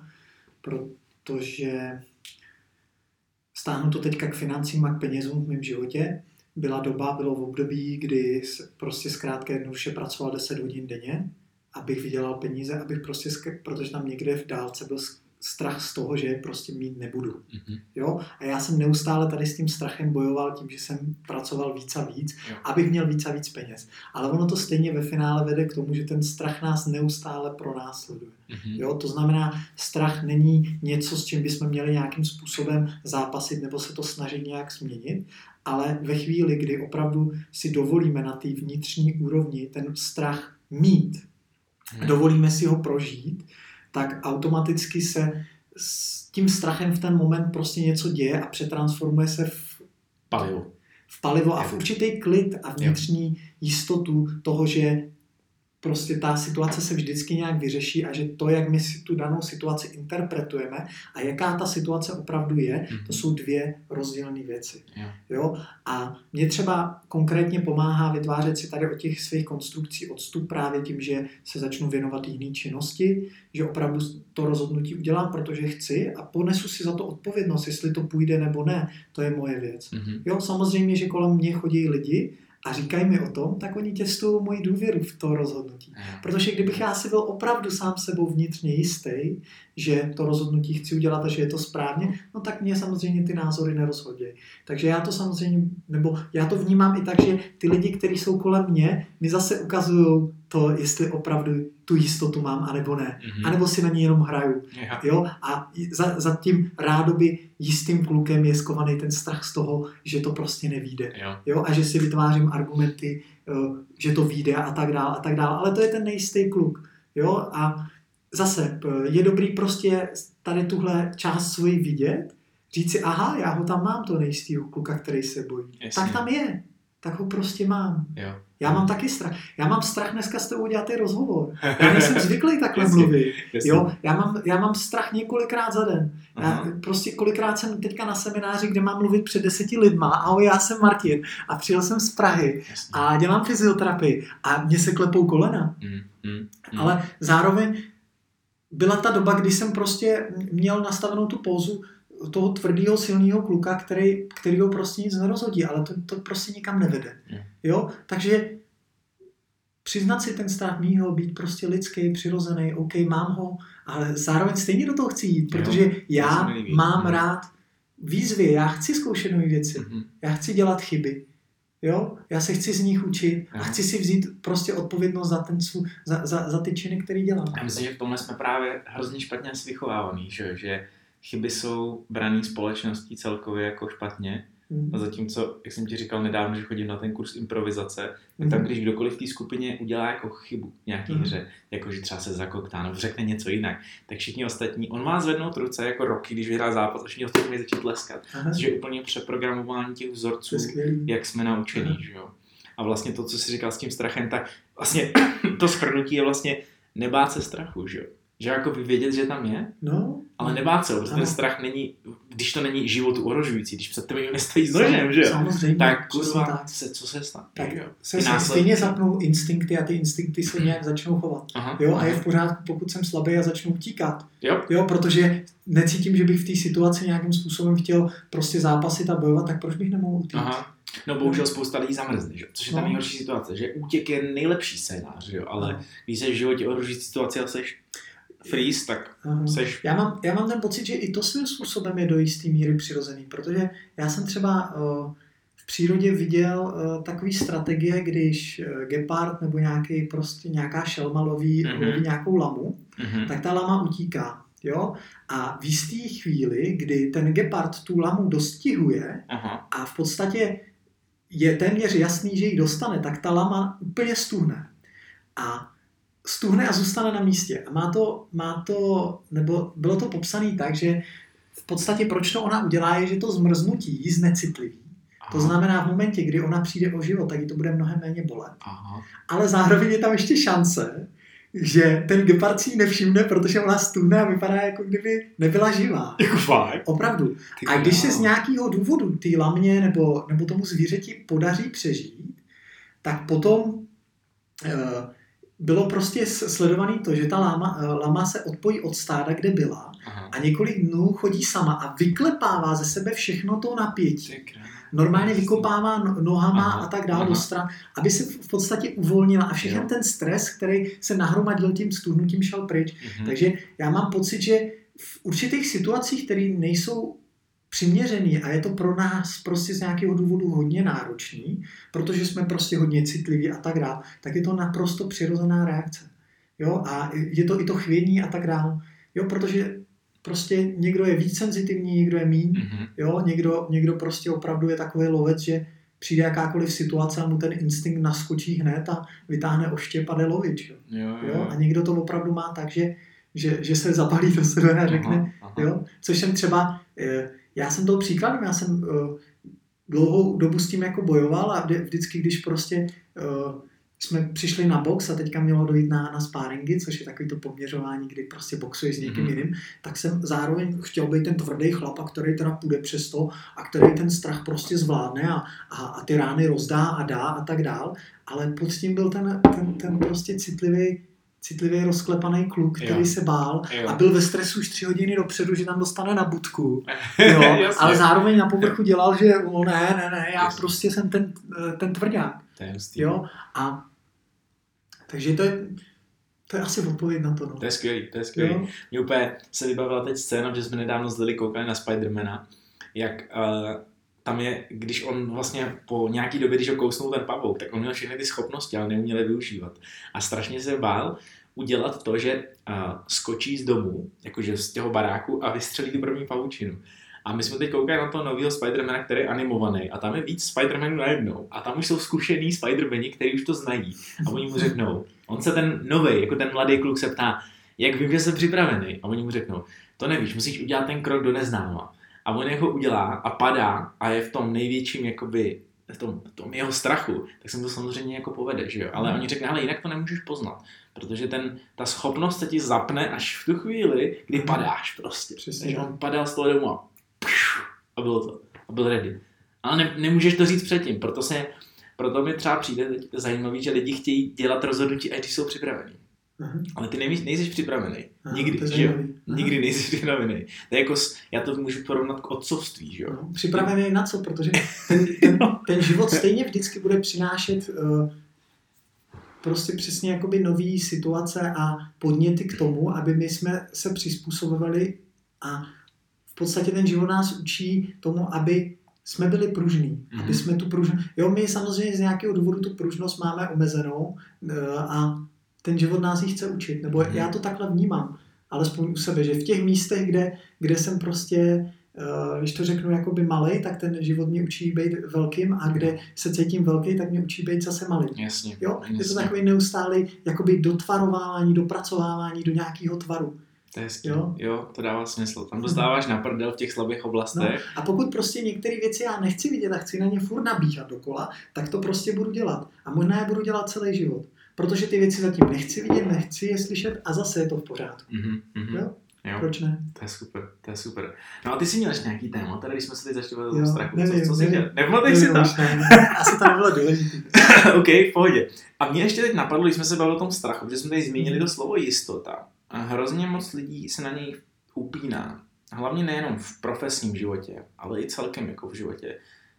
B: protože stáhnu to teďka k financím a k penězům v mém životě. Byla doba, bylo v období, kdy prostě zkrátka jednoduše pracoval deset hodin denně, abych vydělal peníze, abych prostě, protože tam někde v dálce byl strach z toho, že je prostě mít nebudu. Mm-hmm. Jo? A já jsem neustále tady s tím strachem bojoval tím, že jsem pracoval víc a víc, jo. abych měl víc a víc peněz. Ale ono to stejně ve finále vede k tomu, že ten strach nás neustále pronásleduje. Mm-hmm. Jo? To znamená, strach není něco, s čím bychom měli nějakým způsobem zápasit nebo se to snažit nějak změnit, ale ve chvíli, kdy opravdu si dovolíme na té vnitřní úrovni ten strach mít, mm-hmm. dovolíme si ho prožít, tak automaticky se s tím strachem v ten moment prostě něco děje a přetransformuje se v
A: palivo,
B: v palivo a v určitý klid a vnitřní jistotu toho, že prostě ta situace se vždycky nějak vyřeší a že to, jak my si tu danou situaci interpretujeme a jaká ta situace opravdu je, mm-hmm. to jsou dvě rozdílné věci. Yeah. Jo? A mě třeba konkrétně pomáhá vytvářet si tady od těch svých konstrukcí odstup právě tím, že se začnu věnovat jiné činnosti, že opravdu to rozhodnutí udělám, protože chci a ponesu si za to odpovědnost, jestli to půjde nebo ne, to je moje věc. Mm-hmm. Jo, samozřejmě, že kolem mě chodí lidi, a říkají mi o tom, tak oni těstují moji důvěru v to rozhodnutí. Protože kdybych já si byl opravdu sám sebou vnitřně jistý, že to rozhodnutí chci udělat a že je to správně, no tak mě samozřejmě ty názory nerozhodí. Takže já to samozřejmě, nebo já to vnímám i tak, že ty lidi, kteří jsou kolem mě, mi zase ukazují to, jestli opravdu tu jistotu mám, anebo ne. Mm-hmm. A nebo si na ní jenom hraju. Yeah. Jo? A za, za tím rádoby jistým klukem je skovaný ten strach z toho, že to prostě nevyjde. Jo. Jo? A že si vytvářím argumenty, že to vyjde a tak dál a tak dál. Ale to je ten nejistý kluk. Jo? A zase je dobrý prostě tady tuhle část svoji vidět, říct si, aha, já ho tam mám, to nejistýho kluka, který se bojí. Jasně. Tak tam je. Tak ho prostě mám. Jo. Já mám taky strach. Já mám strach dneska s tebou udělat ten rozhovor. Já nejsem zvyklý takhle jasně, mluvit. Jasně. Jo? Já, mám, já mám strach několikrát za den. Já prostě kolikrát jsem teďka na semináři, kde mám mluvit před deseti lidma. Ahoj, já jsem Martin a přijel jsem z Prahy jasně. a dělám fyzioterapii a mě se klepou kolena. Mm, mm, mm. Ale zároveň byla ta doba, kdy jsem prostě měl nastavenou tu pózu toho tvrdého, silného kluka, který, který ho prostě nic nerozhodí, ale to, to prostě nikam nevede. Jo? Takže přiznat si ten strach mýho, být prostě lidský, přirozený, OK, mám ho, ale zároveň stejně do toho chci jít, protože jo, já mám mm. rád výzvy, já chci zkoušet nové věci, mm. já chci dělat chyby, jo? Já se chci z nich učit a chci si vzít prostě odpovědnost za, ten svů, za, za, za ty činy, které dělám.
A: Já myslím, že v tomhle jsme právě hrozně špatně vychovávaný, že, že chyby jsou braný společností celkově jako špatně. Mm. A zatímco, jak jsem ti říkal nedávno, že chodím na ten kurz improvizace, tak mm. tam, když kdokoliv v té skupině udělá jako chybu v nějaký mm. hře, jako že třeba se zakoktá nebo řekne něco jinak, tak všichni ostatní, on má zvednout ruce jako Rocky, když vyhrá zápas a všichni ostatní začít tleskat. Což je úplně přeprogramování těch vzorců, jak jsme naučení. Že jo? A vlastně to, co jsi říkal s tím strachem, tak vlastně to shrnutí je vlastně nebát se strachu, že jo? Že jako vědět, že tam je, no, ale nebát se, protože ten strach není, když to není životu ohrožující, když před tebou nestojí s nožem, že jo?
B: Samozřejmě.
A: Tak kurva, se, co se stane?
B: Tak jo. Se stejně zapnou instinkty a ty instinkty se nějak začnou chovat. Aha, jo, aha. A je v pořádku, pokud jsem slabý a začnu utíkat. Jo. Jo, protože necítím, že bych v té situaci nějakým způsobem chtěl prostě zápasit a bojovat, tak proč bych nemohl utíct? Aha.
A: No bohužel spousta lidí zamrzne, že? Což je ta no. nejhorší situace, že útěk je nejlepší scénář, jo? Ale no. když jsi v životě ohrožující situaci a seš freeze, tak seš...
B: Já mám, já mám ten pocit, že i to svým způsobem je do jistý míry přirozený, protože já jsem třeba uh, v přírodě viděl uh, takový strategie, když uh, gepard nebo nějaký, prostě nějaká šelma loví, mm-hmm. loví nějakou lamu, mm-hmm. tak ta lama utíká. Jo? A v jistý chvíli, kdy ten gepard tu lamu dostihuje aha. a v podstatě je téměř jasný, že ji dostane, tak ta lama úplně stuhne. A stuhne a zůstane na místě. A má to, má to, nebo bylo to popsané tak, že v podstatě proč to ona udělá, je, že to zmrznutí jí znecitliví. Aha. To znamená, v momentě, kdy ona přijde o život, tak jí to bude mnohem méně bolet. Aha. Ale zároveň je tam ještě šance, že ten gepard si ji nevšimne, protože ona stuhne a vypadá, jako kdyby nebyla živá.
A: Jako fakt?
B: Opravdu. A když se z nějakého důvodu té lamě nebo, nebo tomu zvířeti podaří přežít, tak potom uh, bylo prostě sledované to, že ta lama, lama se odpojí od stáda, kde byla. Aha. A několik dnů chodí sama a vyklepává ze sebe všechno to napětí. Normálně vykopává nohama aha, a tak dále do stran, aby se v podstatě uvolnila a všechny ten stres, který se nahromadil tím studnutím, šel pryč. Uh-huh. Takže já mám pocit, že v určitých situacích, které nejsou přiměřený a je to pro nás prostě z nějakého důvodu hodně náročný, protože jsme prostě hodně citliví a tak dále, tak je to naprosto přirozená reakce. Jo? A je to i to chvění a tak dále. Jo, protože prostě někdo je víc senzitivní, někdo je míň, mm-hmm. jo, někdo, někdo prostě opravdu je takový lovec, že přijde jakákoliv situace a mu ten instinkt naskočí hned a vytáhne oštěp a jde lovit, jo. Jo, jo. Jo? A někdo to opravdu má tak, že, že, že se zabalí do sebe a řekne, aha, aha. Jo, což jsem třeba, já jsem toho příkladem, já jsem dlouhou dobu s tím jako bojoval a vždycky, když prostě jsme přišli na box a teďka mělo dojít na, na sparingy, což je takový to poměřování, kdy prostě boxuješ s někým mm-hmm. jiným, tak jsem zároveň chtěl být ten tvrdý chlap, a který teda půjde přes to a který ten strach prostě zvládne a, a, a ty rány rozdá a dá a tak dál, ale pod tím byl ten, ten, ten prostě citlivý citlivý rozklepaný kluk, který jo. se bál jo. a byl ve stresu už tři hodiny dopředu, že tam dostane na budku. Jo, ale zároveň na povrchu dělal, že no, ne, ne, ne, já jasně. prostě jsem ten, ten tvrdák. Jo, a takže to je, to je asi odpověď na to. No.
A: To je skvělý, to je skvělý. Mně úplně se vybavila teď scéna, že jsme nedávno s Lily koukali na Spidermana, jak uh, tam je, když on vlastně po nějaký době, když ho kousnul ten pavouk, tak on měl všechny ty schopnosti, ale neuměl je využívat. A strašně se bál udělat to, že uh, skočí z domu, jakože z těho baráku a vystřelí tu první pavučinu. A my jsme teď koukali na toho nového Spidermana, který je animovaný a tam je víc Spidermanů najednou. A tam už jsou zkušený Spidermani, kteří už to znají. A oni mu řeknou, on se ten novej, jako ten mladý kluk se ptá, jak vím, že jsem připravený. A oni mu řeknou, to nevíš, musíš udělat ten krok do neznáma. A on jako udělá a padá a je v tom největším, jakoby, v tom, v tom jeho strachu, tak se mu to samozřejmě jako povede, že jo. Ale oni řeknou, ale jinak to nemůžeš poznat, protože ten, ta schopnost se ti zapne až v tu chvíli, kdy padáš prostě. Takže on padal z toho domu a a bylo to. A byl ready. Ale ne, nemůžeš to říct předtím, proto, se, proto mi třeba přijde teď zajímavý, že lidi chtějí dělat rozhodnutí, až když jsou připravení. Aha. Ale ty nejvíš, nejsi připravený. Aha, nikdy, že jo? Nikdy nejsi připravený. To je jako, já to můžu porovnat k otcovství, že jo?
B: No, připravený na co? Protože ten, ten, ten život stejně vždycky bude přinášet uh, prostě přesně jakoby nový situace a podněty k tomu, aby my jsme se přizpůsobovali a v podstatě ten život nás učí tomu, aby jsme byli pružní. Mm-hmm. Aby jsme tu pružnost... Jo, my samozřejmě z nějakého důvodu tu pružnost máme omezenou a ten život nás ji chce učit. Nebo mm-hmm. já to takhle vnímám, alespoň u sebe, že v těch místech, kde, kde jsem prostě, když to řeknu jakoby malej, tak ten život mě učí být velkým a kde se cítím velký, tak mě učí být zase malý.
A: Jasně.
B: Jo?
A: Jasně.
B: Je to takový neustálý jakoby dotvarovávání, dopracovávání do nějakého tvaru.
A: To je jo? jo, to dává smysl. Tam dostáváš na prdel v těch slabých oblastech.
B: No, a pokud prostě některé věci já nechci vidět a chci na ně furt nabíhat dokola, tak to prostě budu dělat. A možná je budu dělat celý život. Protože ty věci zatím nechci vidět, nechci je slyšet a zase je to v pořádku.
A: Mm-hmm, mm-hmm.
B: Jo?
A: Jo?
B: Proč ne?
A: To je super, to je super. No a ty jsi měl ještě nějaký téma, tady když jsme se teď začali bavit o strachu.
B: Nevím,
A: co, co
B: nevím,
A: jsi dělal? Nepamatuješ si to?
B: Asi to nebylo důležité.
A: OK, v pohodě. A mě ještě teď napadlo, když jsme se bavili o tom strachu, protože jsme tady zmínili to slovo jistota. A hrozně moc lidí se na něj upíná. Hlavně nejenom v profesním životě, ale i celkem jako v životě.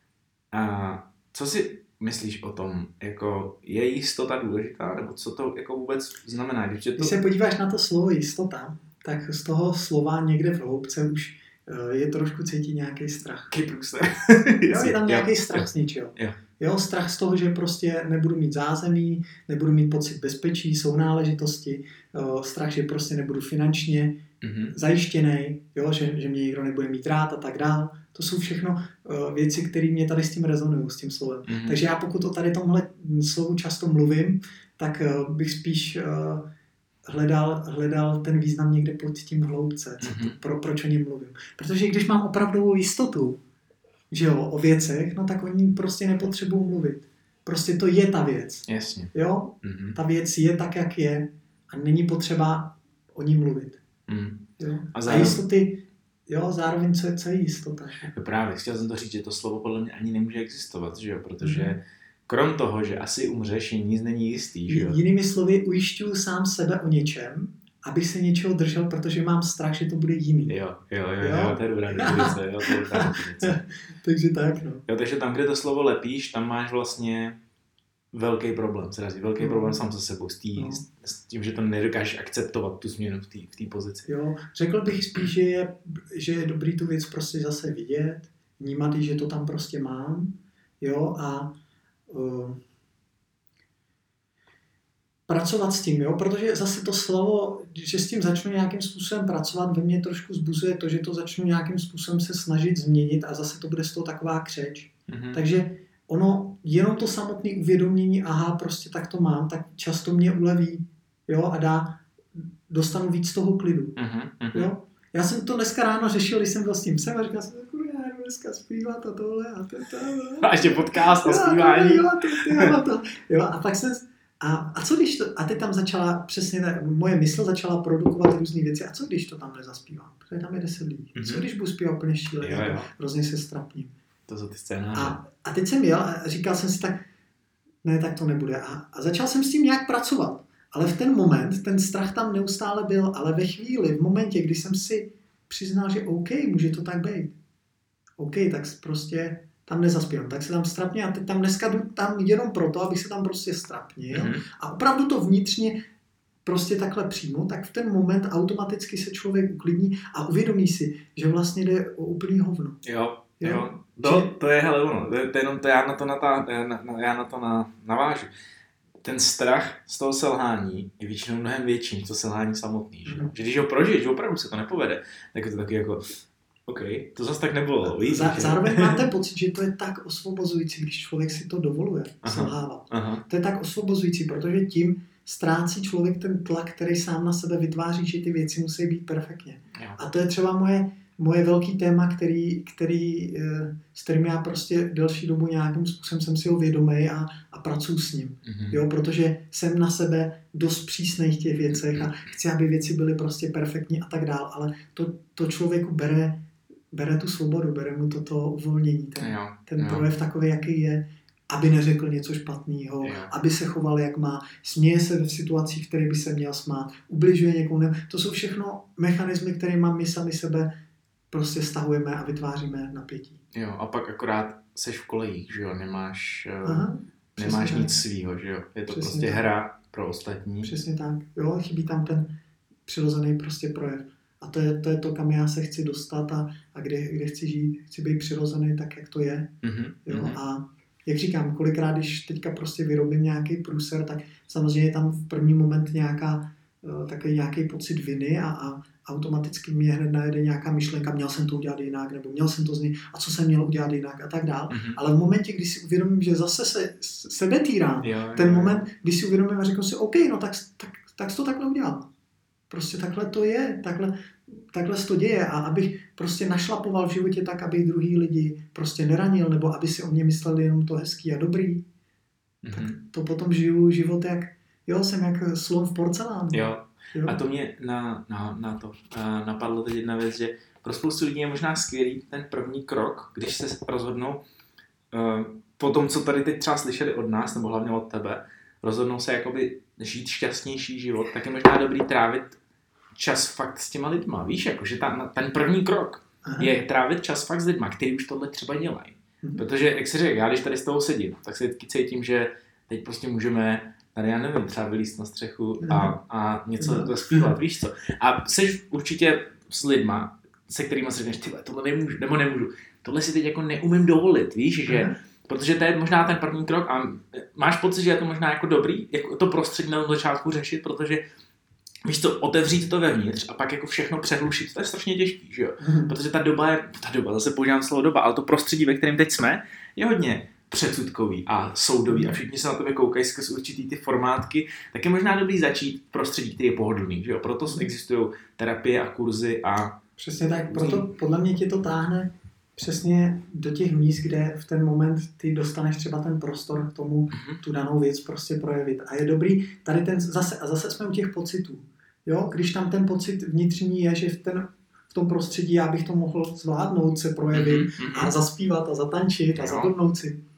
A: A co si myslíš o tom? Jako, je jistota důležitá? Nebo co to jako vůbec znamená? Když, to...
B: když se podíváš na to slovo jistota, tak z toho slova někde v hloubce už je trošku cítit nějaký strach. Jo, je tam nějaký strach z něčeho.
A: Jo.
B: Jo, strach z toho, že prostě nebudu mít zázemí, nebudu mít pocit bezpečí, sounáležitosti, strach, že prostě nebudu finančně mm-hmm. zajištěný, jo, že, že mě někdo nebude mít rád a tak dál. To jsou všechno uh, věci, které mě tady s tím rezonují, s tím slovem. Mm-hmm. Takže já pokud o tady tomhle slovu často mluvím, tak uh, bych spíš uh, hledal, hledal ten význam někde pod tím hloubce, co to, pro, proč o něm mluvím. Protože když mám opravdovou jistotu, že jo, o věcech, no tak o ní prostě nepotřebuji mluvit. Prostě to je ta věc.
A: Jasně.
B: Jo? Mm-hmm. Ta věc je tak, jak je a není potřeba o ní mluvit. Mm. Jo? A, zároveň... a jistoty, jo, zároveň co je, co je jistota.
A: No právě, chtěl jsem to říct, že to slovo podle mě ani nemůže existovat, že jo, protože mm-hmm. krom toho, že asi umřeš, nic není jistý, že jo?
B: Jinými slovy, ujišťuju sám sebe o něčem, abych se něčeho držel, protože mám strach, že to bude jiný.
A: Jo, jo, jo, jo, to je dobrá definice, jo, to je dobrá definice.
B: Takže tak, no.
A: Jo, takže tam, kde to slovo lepíš, tam máš vlastně velký problém, se razí, velký no. problém sám se sebou, s, tý, no. s tím, že to nedokážeš akceptovat, tu změnu v té v té pozici.
B: Jo, řekl bych spíš, že je, že je dobrý tu věc prostě zase vidět, vnímat, že to tam prostě mám, jo, a uh, pracovat s tím, jo, protože zase to slovo, že s tím začnu nějakým způsobem pracovat, ve mně trošku zbuzuje to, že to začnu nějakým způsobem se snažit změnit a zase to bude z toho taková křeč. Mm-hmm. Takže ono, jenom to samotné uvědomění, aha, prostě tak to mám, tak často mě uleví, jo, a dá, dostanu víc toho klidu, mm-hmm. jo. Já jsem to dneska ráno řešil, když jsem byl s tím psem a říkal jsem, já jdu dneska zpívat a tohle a to, to,
A: a ještě podcast a zpívání.
B: Jo, to, to, to, jo, a pak jsem, a, a co když to, a teď tam začala, přesně ta, moje mysl začala produkovat různé věci, a co když to tam nezaspívám, protože tam je deset lidí, mm-hmm. co když budu zpívat úplně šíleně, hrozně se strapním.
A: To jsou ty scénáře.
B: A, a teď jsem jel a říkal jsem si tak, ne, tak to nebude. A, a začal jsem s tím nějak pracovat. Ale v ten moment, ten strach tam neustále byl, ale ve chvíli, v momentě, kdy jsem si přiznal, že OK, může to tak být. OK, tak prostě tam nezaspívám, tak se tam strapně a teď tam dneska jdu tam jenom proto, abych se tam prostě strapnil. Mm-hmm. A opravdu to vnitřně prostě takhle přímo, tak v ten moment automaticky se člověk uklidní a uvědomí si, že vlastně jde o úplný hovno.
A: Jo. Jo, to, to je, hele, ono, to je, to je jenom to, já na to, na ta, na, na, já na to na, navážu. Ten strach z toho selhání je většinou mnohem větší, než to selhání samotný, že? Mm. Že když ho prožiješ, že opravdu se to nepovede, tak je to taky jako, OK, to zase tak nebylo. Víc,
B: Zá, zároveň máte pocit, že to je tak osvobozující, když člověk si to dovoluje selhávat. Aha. To je tak osvobozující, protože tím ztrácí člověk ten tlak, který sám na sebe vytváří, že ty věci musí být perfektně. Jo. A to je třeba moje Moje velký téma, který, který, s kterým já prostě delší dobu nějakým způsobem jsem si ho vědomý a, a pracuji s ním. Mm-hmm. Jo, protože jsem na sebe dost přísnej v těch věcech a chci, aby věci byly prostě perfektní a tak dál, ale to, to člověku bere, bere tu svobodu, bere mu toto uvolnění, ten, jo, ten jo. projev takový, jaký je, aby neřekl něco špatného, aby se choval, jak má, směje se v situacích, které by se měl smát, ubližuje někomu. To jsou všechno mechanismy, které mám my sami sebe prostě stahujeme a vytváříme napětí.
A: Jo, a pak akorát seš v kolejích, že jo, nemáš, Aha, nemáš nic svýho, že jo, je to přesně prostě tak. Hra pro ostatní.
B: Přesně tak, jo, chybí tam ten přirozený prostě projev. A to je to, je to kam já se chci dostat a, a kde, kde chci žít, chci být přirozený tak, jak to je, mm-hmm, jo, mm-hmm. a jak říkám, kolikrát, když teďka prostě vyrobím nějaký průser, tak samozřejmě je tam v první moment nějaká, takový nějaký pocit viny a, a automaticky mě hned najede nějaká myšlenka, měl jsem to udělat jinak, nebo měl jsem to z něj, a co jsem měl udělat jinak a tak dál. Mm-hmm. Ale v momentě, kdy si uvědomím, že zase se sebetírám, ten moment, kdy si uvědomím a řeknu si, OK, no tak, tak, tak jsi to takhle udělal. Prostě takhle to je, takhle, takhle se to děje a abych prostě našlapoval v životě tak, aby druhý lidi prostě neranil, nebo aby si o mě mysleli jenom to hezký a dobrý. Mm-hmm. Tak to potom žiju život jak, jo, jsem jak slon v porcelánu.
A: Jo. Jo. A to mě na, na, na to a napadlo teď jedna věc, že pro spoustu lidí je možná skvělý ten první krok, když se rozhodnou uh, po tom, co tady teď třeba slyšeli od nás, nebo hlavně od tebe, rozhodnou se jakoby žít šťastnější život, tak je možná dobrý trávit čas fakt s těma lidma. Víš, jakože ta, ten první krok Aha. je trávit čas fakt s lidma, který už tohle třeba dělají. Mhm. Protože, jak si řekl, já když tady s toho sedím, tak se vždycky cítím, že teď prostě můžeme tady, já nevím, třeba vylíst na střechu a, a něco zaspívat, víš co. A jsi určitě s lidma, se kterými si řekneš, tyhle, tohle nemůžu, nebo nemůžu. Tohle si teď jako neumím dovolit, víš, že, protože to je možná ten první krok a máš pocit, že je to možná jako dobrý, jako to prostředí na začátku řešit, protože víš co, otevřít to vevnitř a pak jako všechno přehlušit, to je strašně těžký, že jo. Protože ta doba je, ta doba, zase používám slovo doba, ale to prostředí, ve kterém teď jsme, je hodně předsudkový a soudový a všichni se na tebe koukají skrz určitý ty formátky, tak je možná dobrý začít v prostředí, který je pohodlný, že jo? Proto existují terapie a kurzy a...
B: Přesně tak, proto podle mě tě to táhne přesně do těch míst, kde v ten moment ty dostaneš třeba ten prostor k tomu mm-hmm. tu danou věc prostě projevit. A je dobrý, tady ten zase, a zase jsme u těch pocitů, jo? Když tam ten pocit vnitřní je, že v ten v tom prostředí já bych to mohl zvládnout, se projevit mm-hmm. a zaspívat a zatančit a zadobnout si.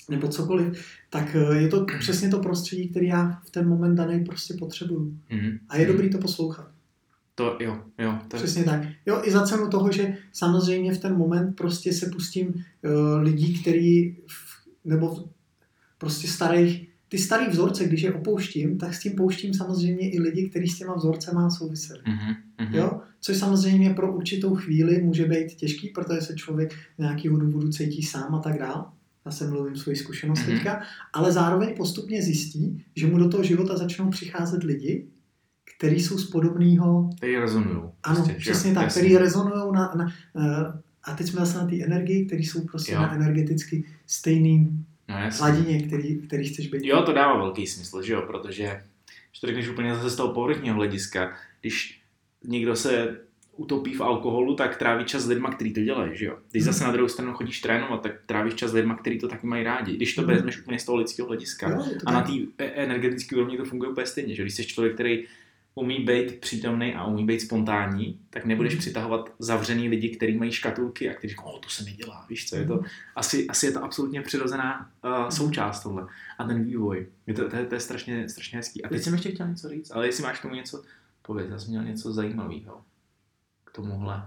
B: nebo cokoliv, tak je to přesně to prostředí, který já v ten moment daný prostě potřebuju.
A: Mm.
B: A je dobrý to poslouchat.
A: To jo, jo. To
B: Přesně
A: je...
B: tak. Jo, i za cenu toho, že samozřejmě v ten moment prostě se pustím uh, lidí, který, nebo prostě starých, ty starý vzorce, když je opouštím, tak s tím pouštím samozřejmě i lidi, kteří s těma vzorcema souviseli.
A: Mm-hmm.
B: Jo? Což samozřejmě pro určitou chvíli může být těžký, protože se člověk z nějakého důvodu cítí sám a tak dál. Já jsem mluvím svoji zkušenost mm-hmm. teďka, ale zároveň postupně zjistí, že mu do toho života začnou přicházet lidi, který jsou z podobného...
A: Který rezonují.
B: Ano,
A: prostě,
B: přesně
A: jo,
B: tak,
A: jasný.
B: který rezonují na, na, na... A teď jsme zase na té energii, který jsou prostě jo. na energeticky stejný
A: no,
B: hladině, který, který chceš být.
A: Jo, to dává velký smysl, že jo, protože že to řekneš úplně zase z toho povrchního hlediska, když někdo se utopí v alkoholu, tak tráví čas s lidma, kteří to dělají, že jo. Když hmm. zase na druhou stranu chodíš trénovat, tak trávíš čas s lidma, kteří to taky mají rádi. Když to hmm. vezmeš úplně z toho lidského hlediska.
B: Jo,
A: a na té energetické úrovni to funguje úplně stejně, že když jsi člověk, který umí být přítomný a umí být spontánní, tak nebudeš hmm. přitahovat zavřený lidi, kteří mají škatulky a kteří říkají, oh, to se nedělá, víš co, je to, asi, asi je to absolutně přirozená uh, součást tohle. A ten vývoj, je to, to, je, to je strašně, strašně hezký. A teď jsem ještě chtěl něco říct, ale jestli máš k tomu něco, pověď, já jsem měl něco zajímavého k tomuhle.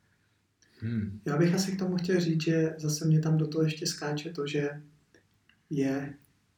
A: Hmm.
B: Já bych asi k tomu chtěl říct, že zase mě tam do toho ještě skáče to, že je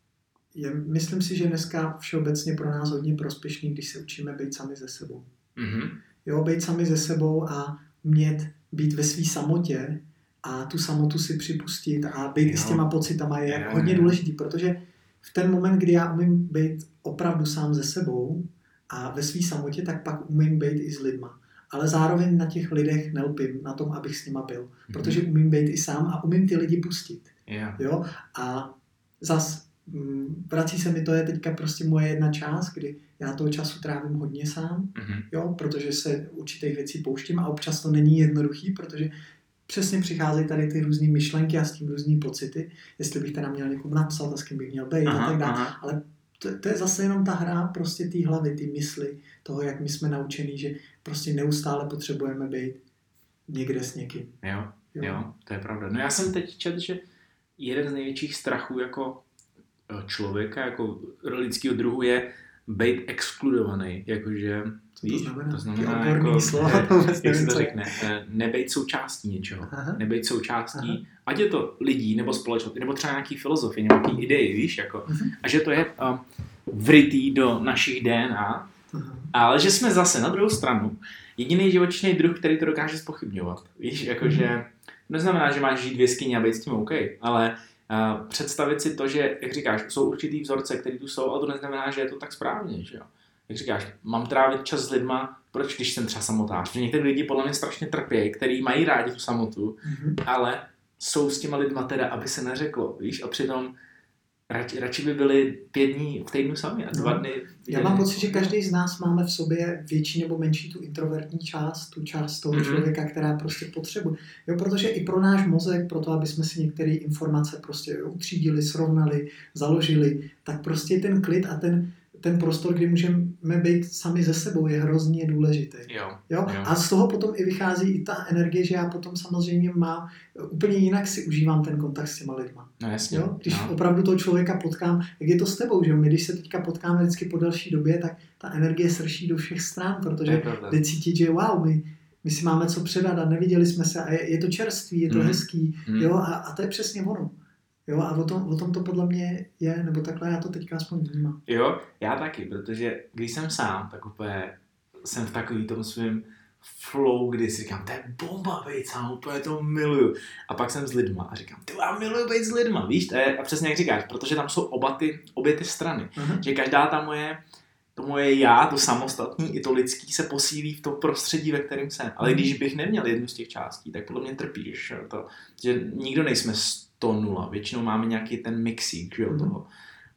B: Je, myslím si, že dneska všeobecně pro nás hodně prospěšný, když se učíme být sami ze sebou.
A: Mm-hmm.
B: Jo, být sami ze sebou a umět být ve své samotě a tu samotu si připustit a být jo. s těma pocitama je jo. hodně důležitý, protože v ten moment, kdy já umím být opravdu sám ze sebou a ve své samotě, tak pak umím být i s lidma. Ale zároveň na těch lidech nelpím, na tom, abych s nima byl. Mm-hmm. Protože umím být i sám a umím ty lidi pustit.
A: Yeah.
B: Jo? A zas vrací se mi, to je teďka prostě moje jedna část, kdy já toho času trávím hodně sám,
A: mm-hmm.
B: jo, protože se určitých věcí pouštím a občas to není jednoduchý, protože přesně přicházejí tady ty různé myšlenky a s tím různý pocity, jestli bych teda měl někomu napsat a s kým bych měl být
A: aha,
B: a tak dále,
A: aha.
B: ale to, to je zase jenom ta hra prostě té hlavy, ty mysli, toho, jak my jsme naučení, že prostě neustále potřebujeme být někde s někým.
A: Jo, jo, jo, to je pravda. No já jsem teď četl, že jeden z největších strachů jako člověka, jako lidského druhu je být exkludovaný, jakože, víš,
B: to znamená,
A: to znamená jako,
B: slova,
A: ne, jak se to řekne, nebejt součástí něčeho, Aha. nebejt součástí, Aha. ať je to lidí, nebo společnosti, nebo třeba nějaký filozofie, nějaký ideje, víš, jako, uh-huh. a že to je um, vrytý do našich D N A, uh-huh. ale že jsme zase na druhou stranu jediný živočišný druh, který to dokáže zpochybňovat, víš, jakože, uh-huh. neznamená, že máš žít v jeskyni a být s tím OK, ale Uh, představit si to, že, jak říkáš, jsou určitý vzorce, které tu jsou, ale to neznamená, že je to tak správně, že jo. Jak říkáš, mám trávit čas s lidma, proč, když jsem třeba samotář? Protože některé lidi podle mě strašně trpějí, který mají rádi tu samotu, mm-hmm. ale jsou s těma lidma teda, aby se neřeklo, víš, a přitom radši, radši by byli pět dní v týdnu sami a dva dny.
B: Já mám pocit, že každý z nás máme v sobě větší nebo menší tu introvertní část, tu část toho mm-hmm. člověka, která prostě potřebuje. Jo, protože i pro náš mozek, pro to, aby jsme si některé informace prostě utřídili, srovnali, založili, tak prostě ten klid a ten, ten prostor, kdy můžeme být sami ze sebou, je hrozně důležitý.
A: Jo,
B: jo?
A: Jo.
B: A z toho potom i vychází i ta energie, že já potom samozřejmě mám, úplně jinak si užívám ten kontakt s těma lidma.
A: No jasně.
B: Jo? Když
A: no.
B: opravdu toho člověka potkám, jak je to s tebou, že jo? My když se teďka potkáme vždycky po delší době, tak ta energie srší do všech stran, protože jde cítit, že wow, my, my si máme co předat a neviděli jsme se a je, je to čerstvý, je to mm. hezký, mm. jo? A, a to je přesně ono. Jo, a o tom, o tom to podle mě je, nebo takhle já to teďka aspoň vnímám.
A: Jo, já taky, protože když jsem sám, tak úplně jsem v takový tom svým flow, kdy si říkám, to je bomba být sám, úplně to miluju. A pak jsem s lidma a říkám, ty já miluju být s lidma, víš, to je, a přesně jak říkáš, protože tam jsou oba ty, obě ty strany. Uh-huh. Že každá ta moje, to moje já, to samostatný i to lidský se posílí v tom prostředí, ve kterém jsem. Ale když bych neměl jednu z těch částí, tak podle mě trpíš. To, že nikdo nejsme sto nula, většinou máme nějaký ten mixík, že jo, uh-huh. toho.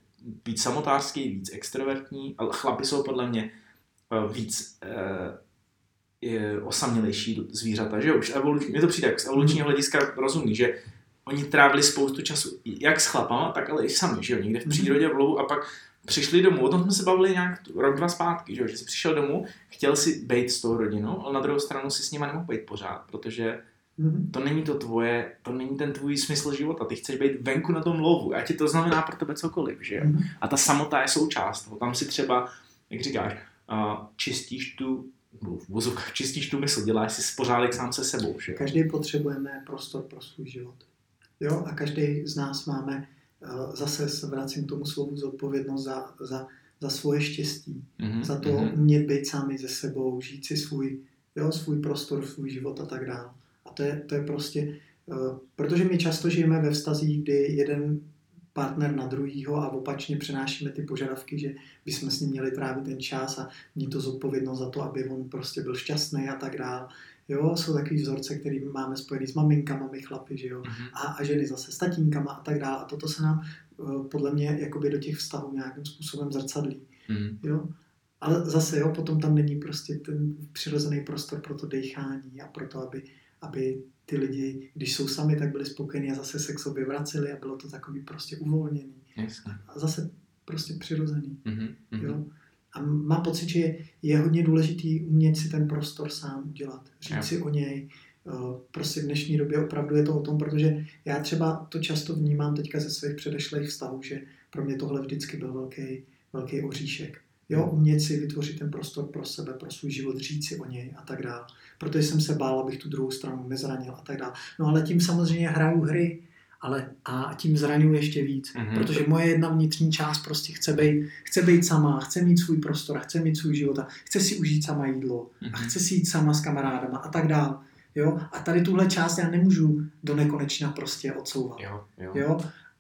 A: Víc samotářský, víc extrovertní, ale chlapi jsou podle mě víc eh, osamělejší zvířata, že jo, už evoluční, mně to přijde jak z evolučního hlediska rozumný, že oni trávili spoustu času, jak s chlapama, tak ale i sami, že jo, někde v přírodě, v lovu a pak přišli domů, o tom jsme se bavili nějak rok, dva zpátky, že jo, že jsi přišel domů, chtěl si být s tou rodinou, ale na druhou stranu si s nima nemohl být pořád, protože Mm-hmm. To není to tvoje, to není ten tvůj smysl života. Ty chceš být venku na tom lovu. A ti to znamená pro tebe cokoliv, že jo? Mm-hmm. A ta samota je součást toho. Tam si třeba, jak říkáš, uh, čistíš tu v čistíš tu mysl, děláš si pořádek sám se sebou, že jo?
B: Každý potřebujeme prostor pro svůj život. Jo? A každý z nás máme, uh, zase se vracím k tomu slovu, zodpovědnost za, za, za svoje štěstí. Mm-hmm. Za to mm-hmm. umět být sami se sebou, žít si svůj, jo, svůj prostor, svůj život a tak dále. A to je, to je prostě, uh, protože my často žijeme ve vztazích, kdy jeden partner na druhýho a opačně přenášíme ty požadavky, že bychom s ním měli trávit ten čas a mít to zodpovědnost za to, aby on prostě byl šťastný a tak dále. Jo, jsou takový vzorce, který máme spojený s maminkama, my chlapi, že jo, a, a ženy zase s tatínkama a tak dále. A toto se nám uh, podle mě jakoby do těch vztahů nějakým způsobem zrcadlí. Mm. Jo. Ale zase, jo, potom tam není prostě ten přirozený prostor pro to dechání a pro to, aby, aby ty lidi, když jsou sami, tak byli spokojení a zase se k sobě vraceli a bylo to takový prostě uvolněný.
A: Jasně.
B: A zase prostě přirozený.
A: Mm-hmm.
B: Jo? A mám pocit, že je hodně důležitý umět si ten prostor sám udělat. Říct jo. si o něj. Prostě v dnešní době opravdu je to o tom, protože já třeba to často vnímám teďka ze svých předešlých vztahů, že pro mě tohle vždycky byl velký, velký oříšek. Jo, umět si vytvořit ten prostor pro sebe, pro svůj život, říct si o něj a tak dále. Protože jsem se bál, abych tu druhou stranu nezranil a tak dále. No ale tím samozřejmě hraju hry, ale a tím zraňuji ještě víc. Mm-hmm. Protože moje jedna vnitřní část prostě chce být, chce být sama, chce mít svůj prostor, chce mít svůj život a chce si užít sama jídlo mm-hmm. a chce si jít sama s kamarádama a tak dále. Jo? A tady tuhle část já nemůžu do nekonečna prostě odsouvat.
A: Jo, jo.
B: Jo?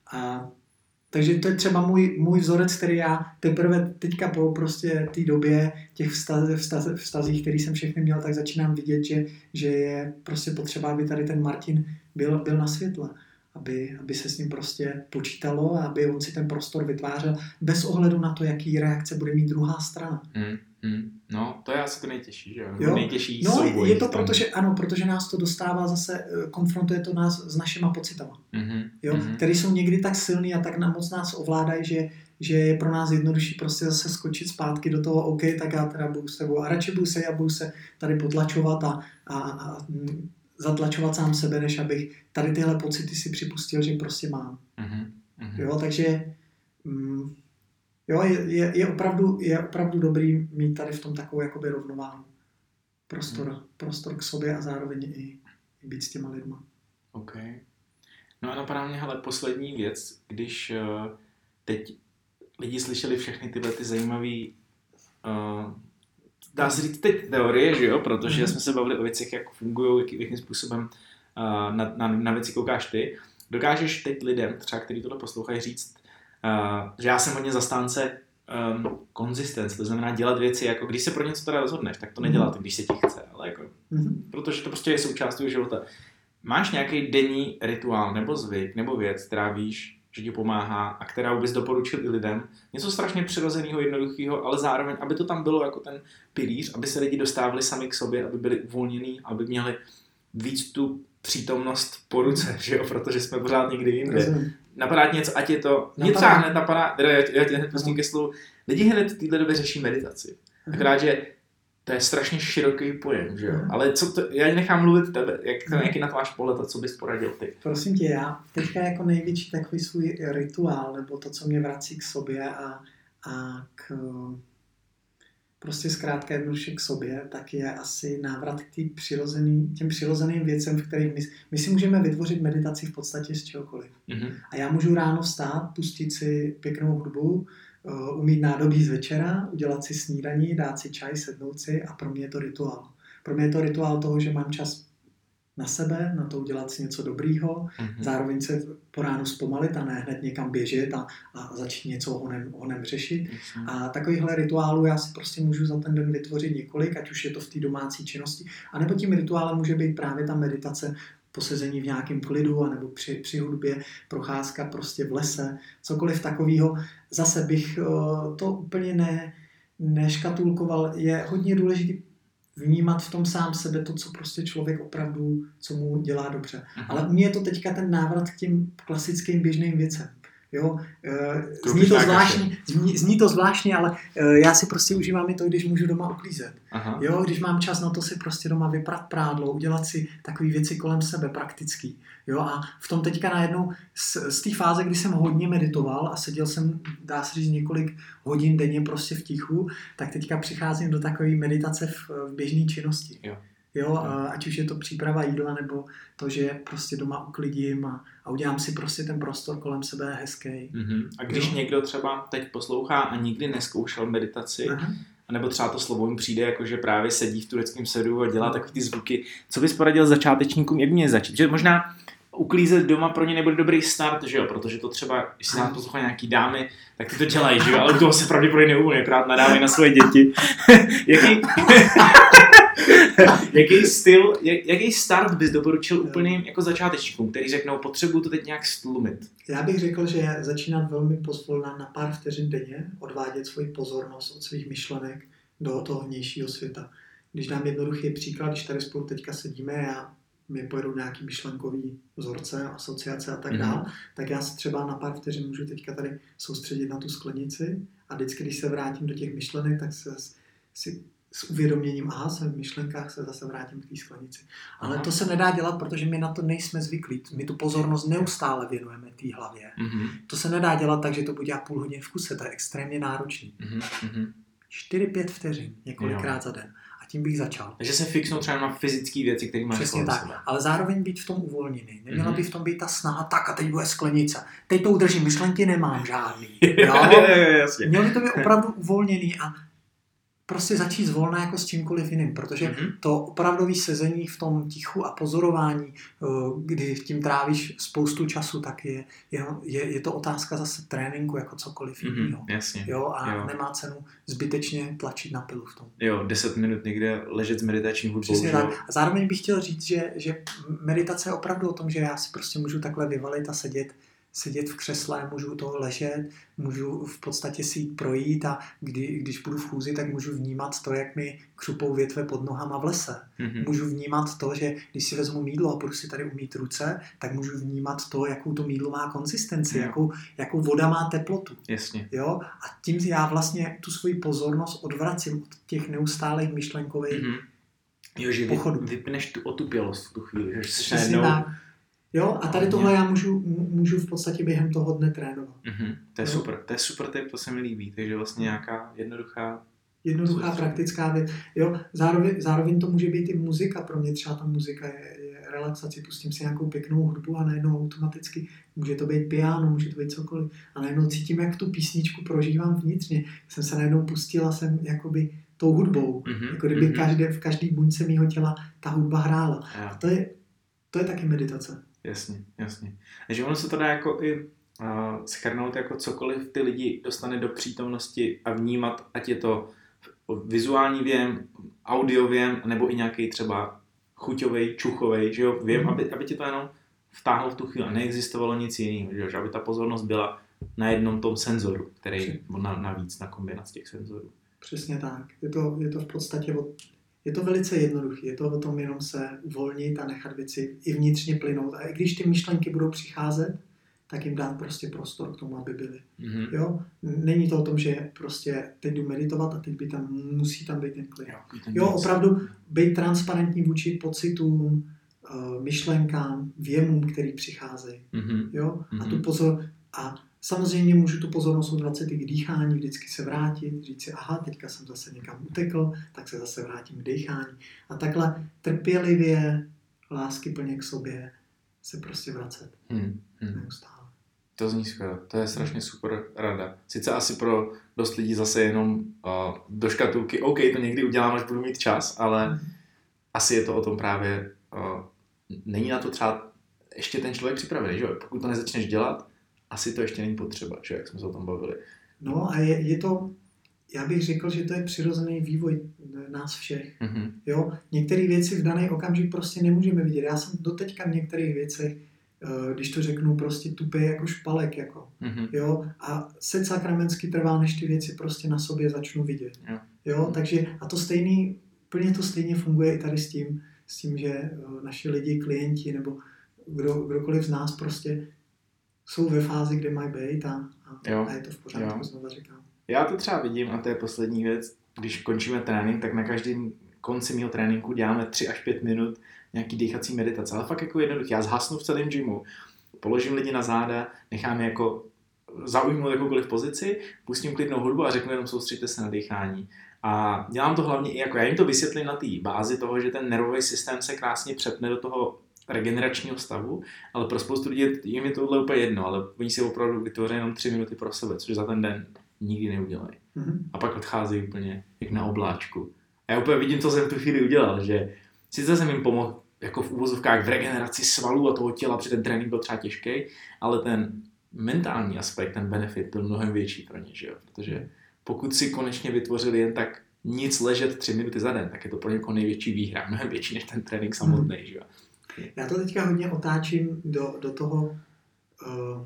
B: A takže to je třeba můj, můj vzorec, který já teprve teďka po prostě té době těch vztaz, vztaz, vztazích, který jsem všechny měl, tak začínám vidět, že, že je prostě potřeba, aby tady ten Martin byl, byl na světle. Aby, aby se s ním prostě počítalo a aby on si ten prostor vytvářel bez ohledu na to, jaký reakce bude mít druhá strana.
A: Mm, mm. No, to je asi to nejtěžší, že jo?
B: jo?
A: Nejtěžší
B: no,
A: souboj.
B: je to proto, že, ano, protože nás to dostává zase, konfrontuje to nás s našima pocitama.
A: Mm-hmm.
B: Jo? Mm-hmm. Který jsou někdy tak silný a tak moc nás ovládají, že, že je pro nás jednodušší prostě zase skočit zpátky do toho, OK, tak já teda budu s tebou a radši budu se, já budu se tady potlačovat a, a, a zatlačovat sám sebe, než abych tady tyhle pocity si připustil, že prostě mám.
A: Mm-hmm.
B: Jo, takže mm, jo, je, je, je, opravdu, je opravdu dobrý mít tady v tom takovou jakoby rovnováhu. Prostor, mm. prostor k sobě a zároveň i, i být s těma lidma.
A: OK. No a napadá mě, hele, poslední věc, když uh, teď lidi slyšeli všechny tyhle ty zajímavý uh, dá se říct teď teorie, že jo, protože mm. jsme se bavili o věcech, jak fungují, jak, jakým způsobem uh, na, na, na věci koukáš ty. Dokážeš teď lidem, třeba kteří tohle poslouchají, říct, uh, že já jsem hodně zastánce um, konzistence, to znamená dělat věci, jako když se pro něco teda rozhodneš, tak to nedělat, když se ti chce, ale jako, mm. protože to prostě je součást tvého života. Máš nějaký denní rituál nebo zvyk nebo věc, která víš, že ti pomáhá a která bys doporučil i lidem. Něco strašně přirozeného, jednoduchého, ale zároveň, aby to tam bylo jako ten pilíř, aby se lidi dostávali sami k sobě, aby byli uvolnění, aby měli víc tu přítomnost po ruce, že jo, protože jsme pořád někdy jinde. Napadá ti něco, ať je to, mě třeba hned napadá, teda já ti hned pustím ke slovu, lidi hned v této době řeší meditaci. Akorát, že to je strašně široký pojem, že jo? Mm. Ale co to, já nechám mluvit tebe, jak to, jaký na to máš pohled a co bys poradil ty?
B: Prosím tě, já teďka jako největší takový svůj rituál, nebo to, co mě vrací k sobě a, a k prostě zkrátka jednoduše k sobě, tak je asi návrat k tý přirozený, těm přirozeným věcem, v kterých my, my si můžeme vytvořit meditaci v podstatě z čehokoliv. Mm-hmm. A já můžu ráno vstát, pustit si pěknou hudbu, Uh, umít nádobí z večera, udělat si snídaní, dát si čaj, sednout si a pro mě je to rituál. Pro mě je to rituál toho, že mám čas na sebe, na to udělat si něco dobrýho, mm-hmm. zároveň se po ránu zpomalit a ne hned někam běžet a, a začít něco honem, honem řešit. Mm-hmm. A takovýchhle rituálů já si prostě můžu za ten den vytvořit několik, ať už je to v té domácí činnosti, anebo tím rituálem může být právě ta meditace, posezení v nějakém klidu, anebo při, při hudbě, procházka prostě v lese, cokoliv takového. Zase bych uh, to úplně ne, neškatulkoval. Je hodně důležité vnímat v tom sám sebe to, co prostě člověk opravdu, co mu dělá dobře. Aha. Ale u mě je to teďka ten návrat k těm klasickým běžným věcem. Jo, zní to, zvláštní, zní, zní to zvláštně, ale já si prostě užívám i to, když můžu doma uklízet. Aha. Jo, když mám čas na to si prostě doma vyprat prádlo, udělat si takové věci kolem sebe praktický. Jo, a v tom teďka najednou z, z té fáze, kdy jsem hodně meditoval a seděl jsem, dá se říct, několik hodin denně prostě v tichu, tak teďka přicházím do takové meditace v, v běžné činnosti. Jo. Jo, ať už je to příprava jídla, nebo to, že prostě doma uklidím a, a udělám si prostě ten prostor kolem sebe hezký.
A: Mm-hmm. A když jo? někdo třeba teď poslouchá a nikdy nezkoušel meditaci, aha. nebo třeba to slovo jim přijde, jako že právě sedí v tureckém sedu a dělá no. takové ty zvuky, co bys poradil začátečníkům, jak mě začít? Že možná uklízet doma pro ně nebude dobrý start, že jo, protože to třeba, když se nás poslouchají nějaký dámy, tak ty to dělají, že jo, ale u toho se pravděpodobně neuvolí, akorát nadávají na svoje děti. Jaký... jaký styl, jak, jaký start bys doporučil úplným jako začátečníkům, který řeknou, potřebuju to teď nějak stlumit?
B: Já bych řekl, že začínat velmi pozvolna na pár vteřin denně, odvádět svoji pozornost od svých myšlenek do toho vnějšího světa. Když dám jednoduchý příklad, když tady spolu teďka sedíme, já mi pojedou nějaký myšlenkový vzorce, asociace a tak dále, mm. tak já se třeba na pár vteřin můžu teďka tady soustředit na tu sklenici a vždycky, když se vrátím do těch myšlenek, tak se si s uvědoměním, aha, jsem v myšlenkách, se zase vrátím k té sklenici. Ale aha. to se nedá dělat, protože my na to nejsme zvyklí. My tu pozornost neustále věnujeme té hlavě. Mm-hmm. To se nedá dělat tak, že to bude dělat půl hodiny v kuse, to je extrémně náročný. Mm-hmm. čtyři pět vteřin, několikrát jo. za den. A tím bych začal.
A: Takže se fixnou třeba na fyzické věci, které máš.
B: Přesně tak, sebe. Ale zároveň být v tom uvolněný. Neměla mm-hmm. by v tom být ta snaha, tak a teď bude sklenice. Teď to udržím, myšlenky nemám žádný. Jo? Měl by to být opravdu uvolněný a prostě začít zvolna jako s čímkoliv jiným, protože mm-hmm. to opravdové sezení v tom tichu a pozorování, kdy tím trávíš spoustu času, tak je, je, je to otázka zase tréninku jako cokoliv mm-hmm. jiného.
A: Jasně.
B: Jo, a jo. nemá cenu zbytečně tlačit na pilu v tom.
A: Jo, deset minut někde ležet s meditační hudbou.
B: Přesně tak. A zároveň bych chtěl říct, že, že meditace je opravdu o tom, že já si prostě můžu takhle vyvalit a sedět sedět v křesle, můžu toho ležet, můžu v podstatě si jít projít a kdy, když budu v chůzi, tak můžu vnímat to, jak mi křupou větve pod nohama v lese. Mm-hmm. Můžu vnímat to, že když si vezmu mýdlo a budu si tady umýt ruce, tak můžu vnímat to, jakou to mýdlo má konzistenci, mm. jakou, jakou voda má teplotu.
A: Jasně.
B: Jo? A tím já vlastně tu svoji pozornost odvracím od těch neustálých myšlenkových mm-hmm.
A: jo, že
B: pochodů.
A: Vypneš tu otupělost v tu chvíli, že jsi
B: najednou... Jo, a tady tohle já můžu, můžu v podstatě během toho dne trénovat.
A: Mm-hmm. To je no. super, to je super tip, to se mi líbí, takže vlastně nějaká jednoduchá...
B: Jednoduchá, praktická věc. Jo, zároveň, zároveň to může být i muzika, pro mě třeba ta muzika je, je relaxace, pustím si nějakou pěknou hudbu a najednou automaticky, může to být piano, může to být cokoliv, a najednou cítím, jak tu písničku prožívám vnitřně. Jsem se najednou pustila jsem jakoby tou hudbou, mm-hmm. jako kdyby mm-hmm. každé, v každý buňce mýho těla ta hudba hrála. A to je, to je taky meditace.
A: Jasně, jasně. Takže ono se to dá jako i uh, schrnout jako cokoliv ty lidi dostane do přítomnosti a vnímat, ať je to vizuální věm, audio věm, nebo i nějaký třeba chuťovej, čuchovej, že jo, věm, mm. aby, aby ti to jenom vtáhlo v tu chvíli a neexistovalo nic jiného, že jo, že aby ta pozornost byla na jednom tom senzoru, který na, navíc na kombinaci těch senzorů.
B: Přesně tak. Je to, je to v podstatě o, je to velice jednoduché. Je to o tom jenom se uvolnit a nechat věci i vnitřně plynout. A i když ty myšlenky budou přicházet, tak jim dát prostě prostor k tomu, aby byly. Mm-hmm. Jo? Není to o tom, že prostě teď jdu meditovat a teď by tam, musí tam být ten klid. Jo, jo, opravdu být transparentní vůči pocitům, myšlenkám, věmům, který přicházejí. Mm-hmm. Jo? A tu pozor... A samozřejmě můžu tu pozornost odvracet i k dýchání, vždycky se vrátit, říct si, aha, teďka jsem zase někam utekl, tak se zase vrátím k dýchání. A takhle trpělivě, láskyplně k sobě se prostě vracet. Hmm, hmm. Neustále.
A: To zní skvěle, to je strašně super rada. Sice asi pro dost lidí zase jenom uh, do škatulky, OK, to někdy udělám, až budu mít čas, ale hmm. asi je to o tom právě, uh, není na to třeba ještě ten člověk připravený, že? Pokud to nezačneš dělat, asi to ještě není potřeba, že? Jak jsme se o tom bavili.
B: No a je, je to, já bych řekl, že to je přirozený vývoj nás všech. Mm-hmm. Jo? Některé věci v daný okamžik prostě nemůžeme vidět. Já jsem doteďka v některých věcech, když to řeknu, prostě tupej jako špalek. Jako. Mm-hmm. Jo? A set sakramensky trvá, než ty věci prostě na sobě začnu vidět. Jo. Jo? Takže a to stejný, plně to stejně funguje i tady s tím, s tím, že naši lidi, klienti nebo kdo, kdokoliv z nás prostě jsou ve fázi, kde mají být a, a,
A: Jo.
B: a je to v pořádku,
A: Jo.
B: znova říkám.
A: Já to třeba vidím, a to je poslední věc, když končíme trénink, tak na každém konci mého tréninku děláme tři až pět minut nějaký dýchací meditace, ale fakt jako jednoduchý. Já zhasnu v celém gymu, položím lidi na záda, nechám je jako zaujmout jakoukoliv pozici, pustím klidnou hudbu a řeknu jenom soustřeďte se na dýchání. A dělám to hlavně i jako, já jim to vysvětlím na té bázi toho, že ten nervový systém se krásně přepne do toho regeneračního stavu, ale pro spoustu lidí jim je tohle úplně jedno, ale oni si opravdu vytvoří jenom tři minuty pro sebe, což za ten den nikdy neudělají.
B: Mm-hmm.
A: A pak odcházejí úplně jak na obláčku. A já úplně vidím, co jsem tu chvíli udělal, že sice jsem jim pomohl jako v úvozovkách v regeneraci svalů a toho těla, protože ten trénink byl třeba těžký, ale ten mentální aspekt, ten benefit byl mnohem větší pro ně, že jo? Protože pokud si konečně vytvořili jen tak nic ležet tři minuty za den, tak je to pro někoho největší výhra, mnohem větší než ten trénink samotný, že jo?
B: Já to teďka hodně otáčím do, do toho, uh,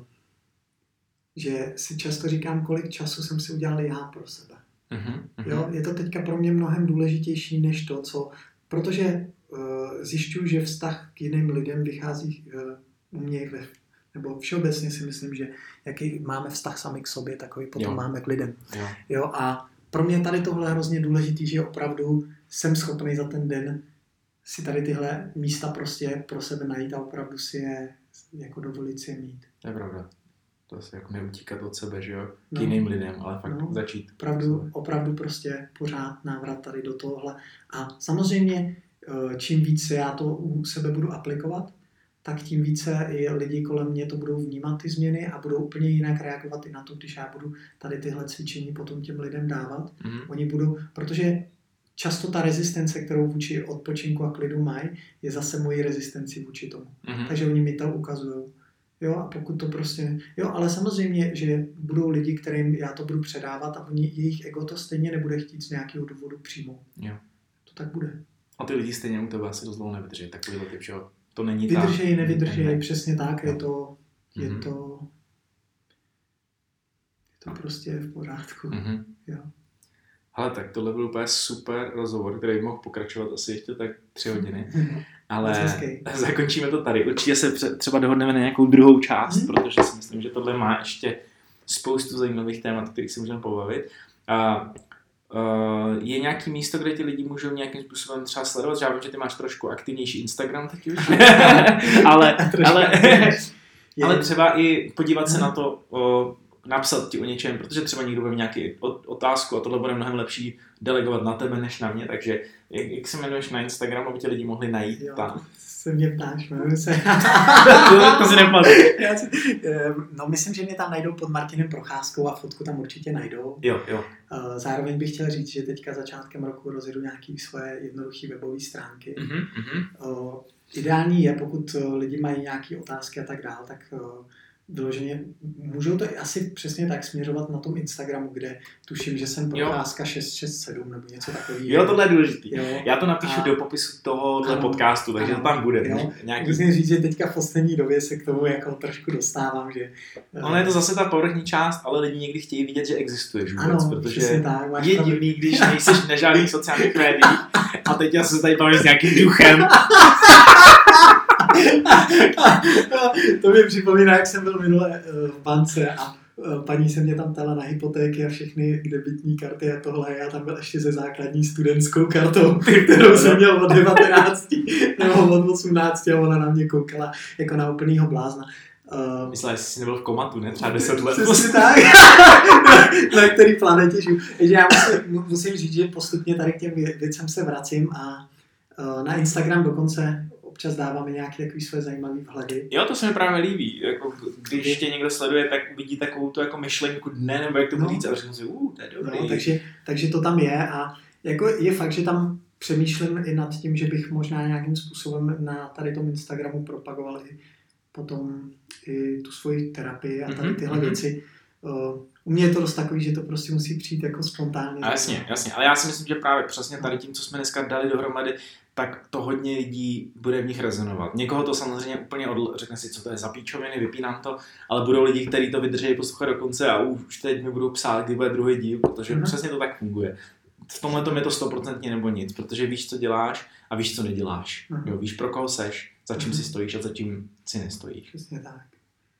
B: že si často říkám, kolik času jsem si udělal já pro sebe.
A: Uh-huh, uh-huh.
B: Jo, je to teďka pro mě mnohem důležitější než to, co... Protože uh, zjišťuju, že vztah k jiným lidem vychází uh, u mě, ve, nebo všeobecně si myslím, že jaký máme vztah sami k sobě, takový potom
A: Jo.
B: máme k lidem.
A: Jo.
B: Jo, a pro mě tady tohle je hrozně důležitý, že opravdu jsem schopný za ten den si tady tyhle místa prostě pro sebe najít a opravdu si je jako dovolit si je mít.
A: To je pravda. To se jako neutíkat od sebe, že jo? K
B: No.
A: jiným lidem, ale fakt
B: No.
A: začít.
B: Opravdu, opravdu prostě pořád návrat tady do tohle. A samozřejmě, čím více já to u sebe budu aplikovat, tak tím více i lidi kolem mě to budou vnímat ty změny a budou úplně jinak reagovat i na to, když já budu tady tyhle cvičení potom těm lidem dávat.
A: Mhm.
B: Oni budou, protože často ta rezistence, kterou vůči odpočinku a klidu mají, je zase mojí rezistenci vůči tomu.
A: Mhm.
B: Takže oni mi to ukazují. Jo, a pokud to prostě... Jo, ale samozřejmě, že budou lidi, kterým já to budu předávat a oni, jejich ego to stejně nebude chtít z nějakého důvodu přijmout.
A: Jo.
B: To tak bude.
A: A ty lidi stejně u tebe asi dost dlouho nevydrží. Takovýhle typ, že jo? To není ta...
B: Vydržej, nevydržej,
A: Ne.
B: přesně tak, je
A: Jo.
B: to... Je
A: Mhm.
B: to... Je to prostě v pořádku.
A: Mhm.
B: Jo.
A: Ale tak tohle byl úplně super rozhovor, který mohl pokračovat asi ještě tak tři hodiny. Ale
B: Moc hezký.
A: zakončíme to tady. Určitě se pře- třeba dohodneme na nějakou druhou část,
B: Mhm.
A: protože si myslím, že tohle má ještě spoustu zajímavých témat, kterých si můžeme pobavit. A uh, je nějaký místo, kde ti lidi můžou nějakým způsobem třeba sledovat? Já vím, že ty máš trošku aktivnější Instagram teď už. ale, ale, ale třeba i podívat se na to, o, napsat ti o něčem, protože třeba někdo bude mít nějaký otázku a tohle bude mnohem lepší delegovat na tebe než na mě, takže jak, jak se jmenuješ na Instagramu, aby tě lidi mohli najít
B: Jo,
A: tam?
B: se mě ptáš, jmenuji se.
A: to si nepadlo.
B: Já si, no, myslím, že mě tam najdou pod Martinem Procházkou a fotku tam určitě najdou.
A: Jo, jo.
B: Zároveň bych chtěl říct, že teďka začátkem roku rozjedu nějaké svoje jednoduché webové stránky.
A: Mhm, mhm.
B: Ideální je, pokud lidi mají nějaké otázky a tak dál, tak vyloženě můžou to asi přesně tak směřovat na tom Instagramu, kde tuším, že jsem Procházka šest šest sedm nebo něco takového.
A: Jo, tohle je důležitý.
B: Jo.
A: Já to napíšu
B: A-
A: do popisu tohohle
B: Ano.
A: podcastu, takže
B: Ano.
A: to tam bude.
B: Jo.
A: Nějaký...
B: Musím říct, že teďka v poslední době se k tomu jako trošku dostávám, že...
A: Ono je to zase ta povrchní část, ale lidi někdy chtějí vidět, že existuješ vůbec,
B: Ano,
A: protože
B: přesně tak, máš
A: je
B: pravdu.
A: divný, když nejseš na žádných sociálních médiích a teď já se tady bavím s nějakým duchem.
B: To mi připomíná, jak jsem byl minule eh, v bance a eh, paní se mě tam ptala na hypotéky a všechny debitní karty a tohle. Já tam byl ještě se základní studentskou kartou, kterou jsem měl od devatenácti nebo od osmnácti a ona na mě koukala jako na úplnýho blázna. Uh,
A: Myslela, jestli jsi nebyl v komatu, ne? Třeba deset let.
B: Přesně tak. Na který planetě žiju. Takže já musím, musím říct, že postupně tady k těm vě- věcem se vracím a uh, na Instagram dokonce občas dáváme nějaké takové své zajímavé vhledy.
A: Jo, to se mi právě líbí. Jako, když tě někdo sleduje, tak vidí takovou tu jako myšlenku dne, nebo jak to
B: No.
A: říct, a řeknu si, uh, to je dobrý.
B: No, takže, takže to tam je a jako je fakt, že tam přemýšlím i nad tím, že bych možná nějakým způsobem na tady tom Instagramu propagoval i potom i tu svoji terapii a tady tyhle
A: Mhm, mhm.
B: věci. Uh, u mě je to dost takový, že to prostě musí přijít jako spontánně.
A: A jasně, jasně. Ale já si myslím, že právě přesně tady tím, co jsme dneska dali dohromady, tak to hodně lidí bude v nich rezonovat. Někoho to samozřejmě úplně odl... řekne si, co to je za píčoviny, vypínám to, ale budou lidi, kteří to vydrží poslouchat do konce a už teď mi budou psát, kdy bude druhý díl, protože
B: Mhm.
A: přesně to tak funguje. V tomhle tom je to stoprocentně nebo nic, protože víš, co děláš a víš, co neděláš.
B: Mhm.
A: Jo, víš, pro koho seš, za čím
B: Mhm.
A: si stojíš a za čím si nestojíš.
B: Přesně tak.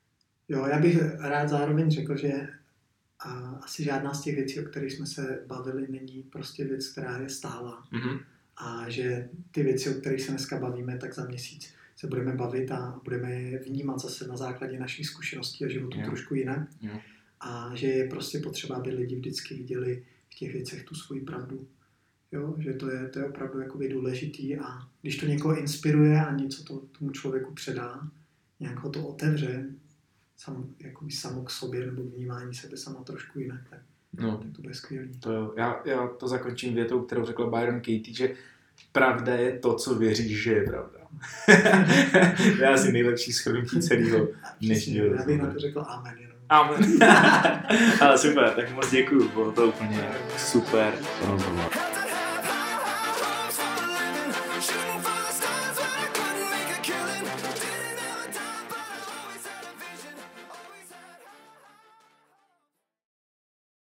B: Jo, já bych rád zároveň řekl, že a asi žádná z těch věcí, o kterých jsme se bavili, není prostě věc, která je stálá.
A: Mm-hmm.
B: A že ty věci, o kterých se dneska bavíme, tak za měsíc se budeme bavit a budeme je vnímat zase na základě našich zkušeností a životů
A: Jo.
B: trošku jinak.
A: Jo.
B: A že je prostě potřeba, aby lidi vždycky viděli v těch věcech tu svoji pravdu. Jo? Že to je, to je opravdu jakoby důležitý a když to někoho inspiruje a něco to tomu člověku předá, nějak ho to otevře, sam, jakoby samo k sobě nebo vnímání sebe sama trošku jinak, tak,
A: No.
B: tak to bude skvělý.
A: To jo. Já, já to zakončím větou, kterou řekl Byron Katie, že pravda je to, co věříš, že je pravda. To je asi nejlepší shrnutí celého dnešního
B: Já bych
A: rozhovoru.
B: na to řekl amen jenom.
A: Amen. Ale super, tak moc děkuju, bylo to úplně super rozhovor.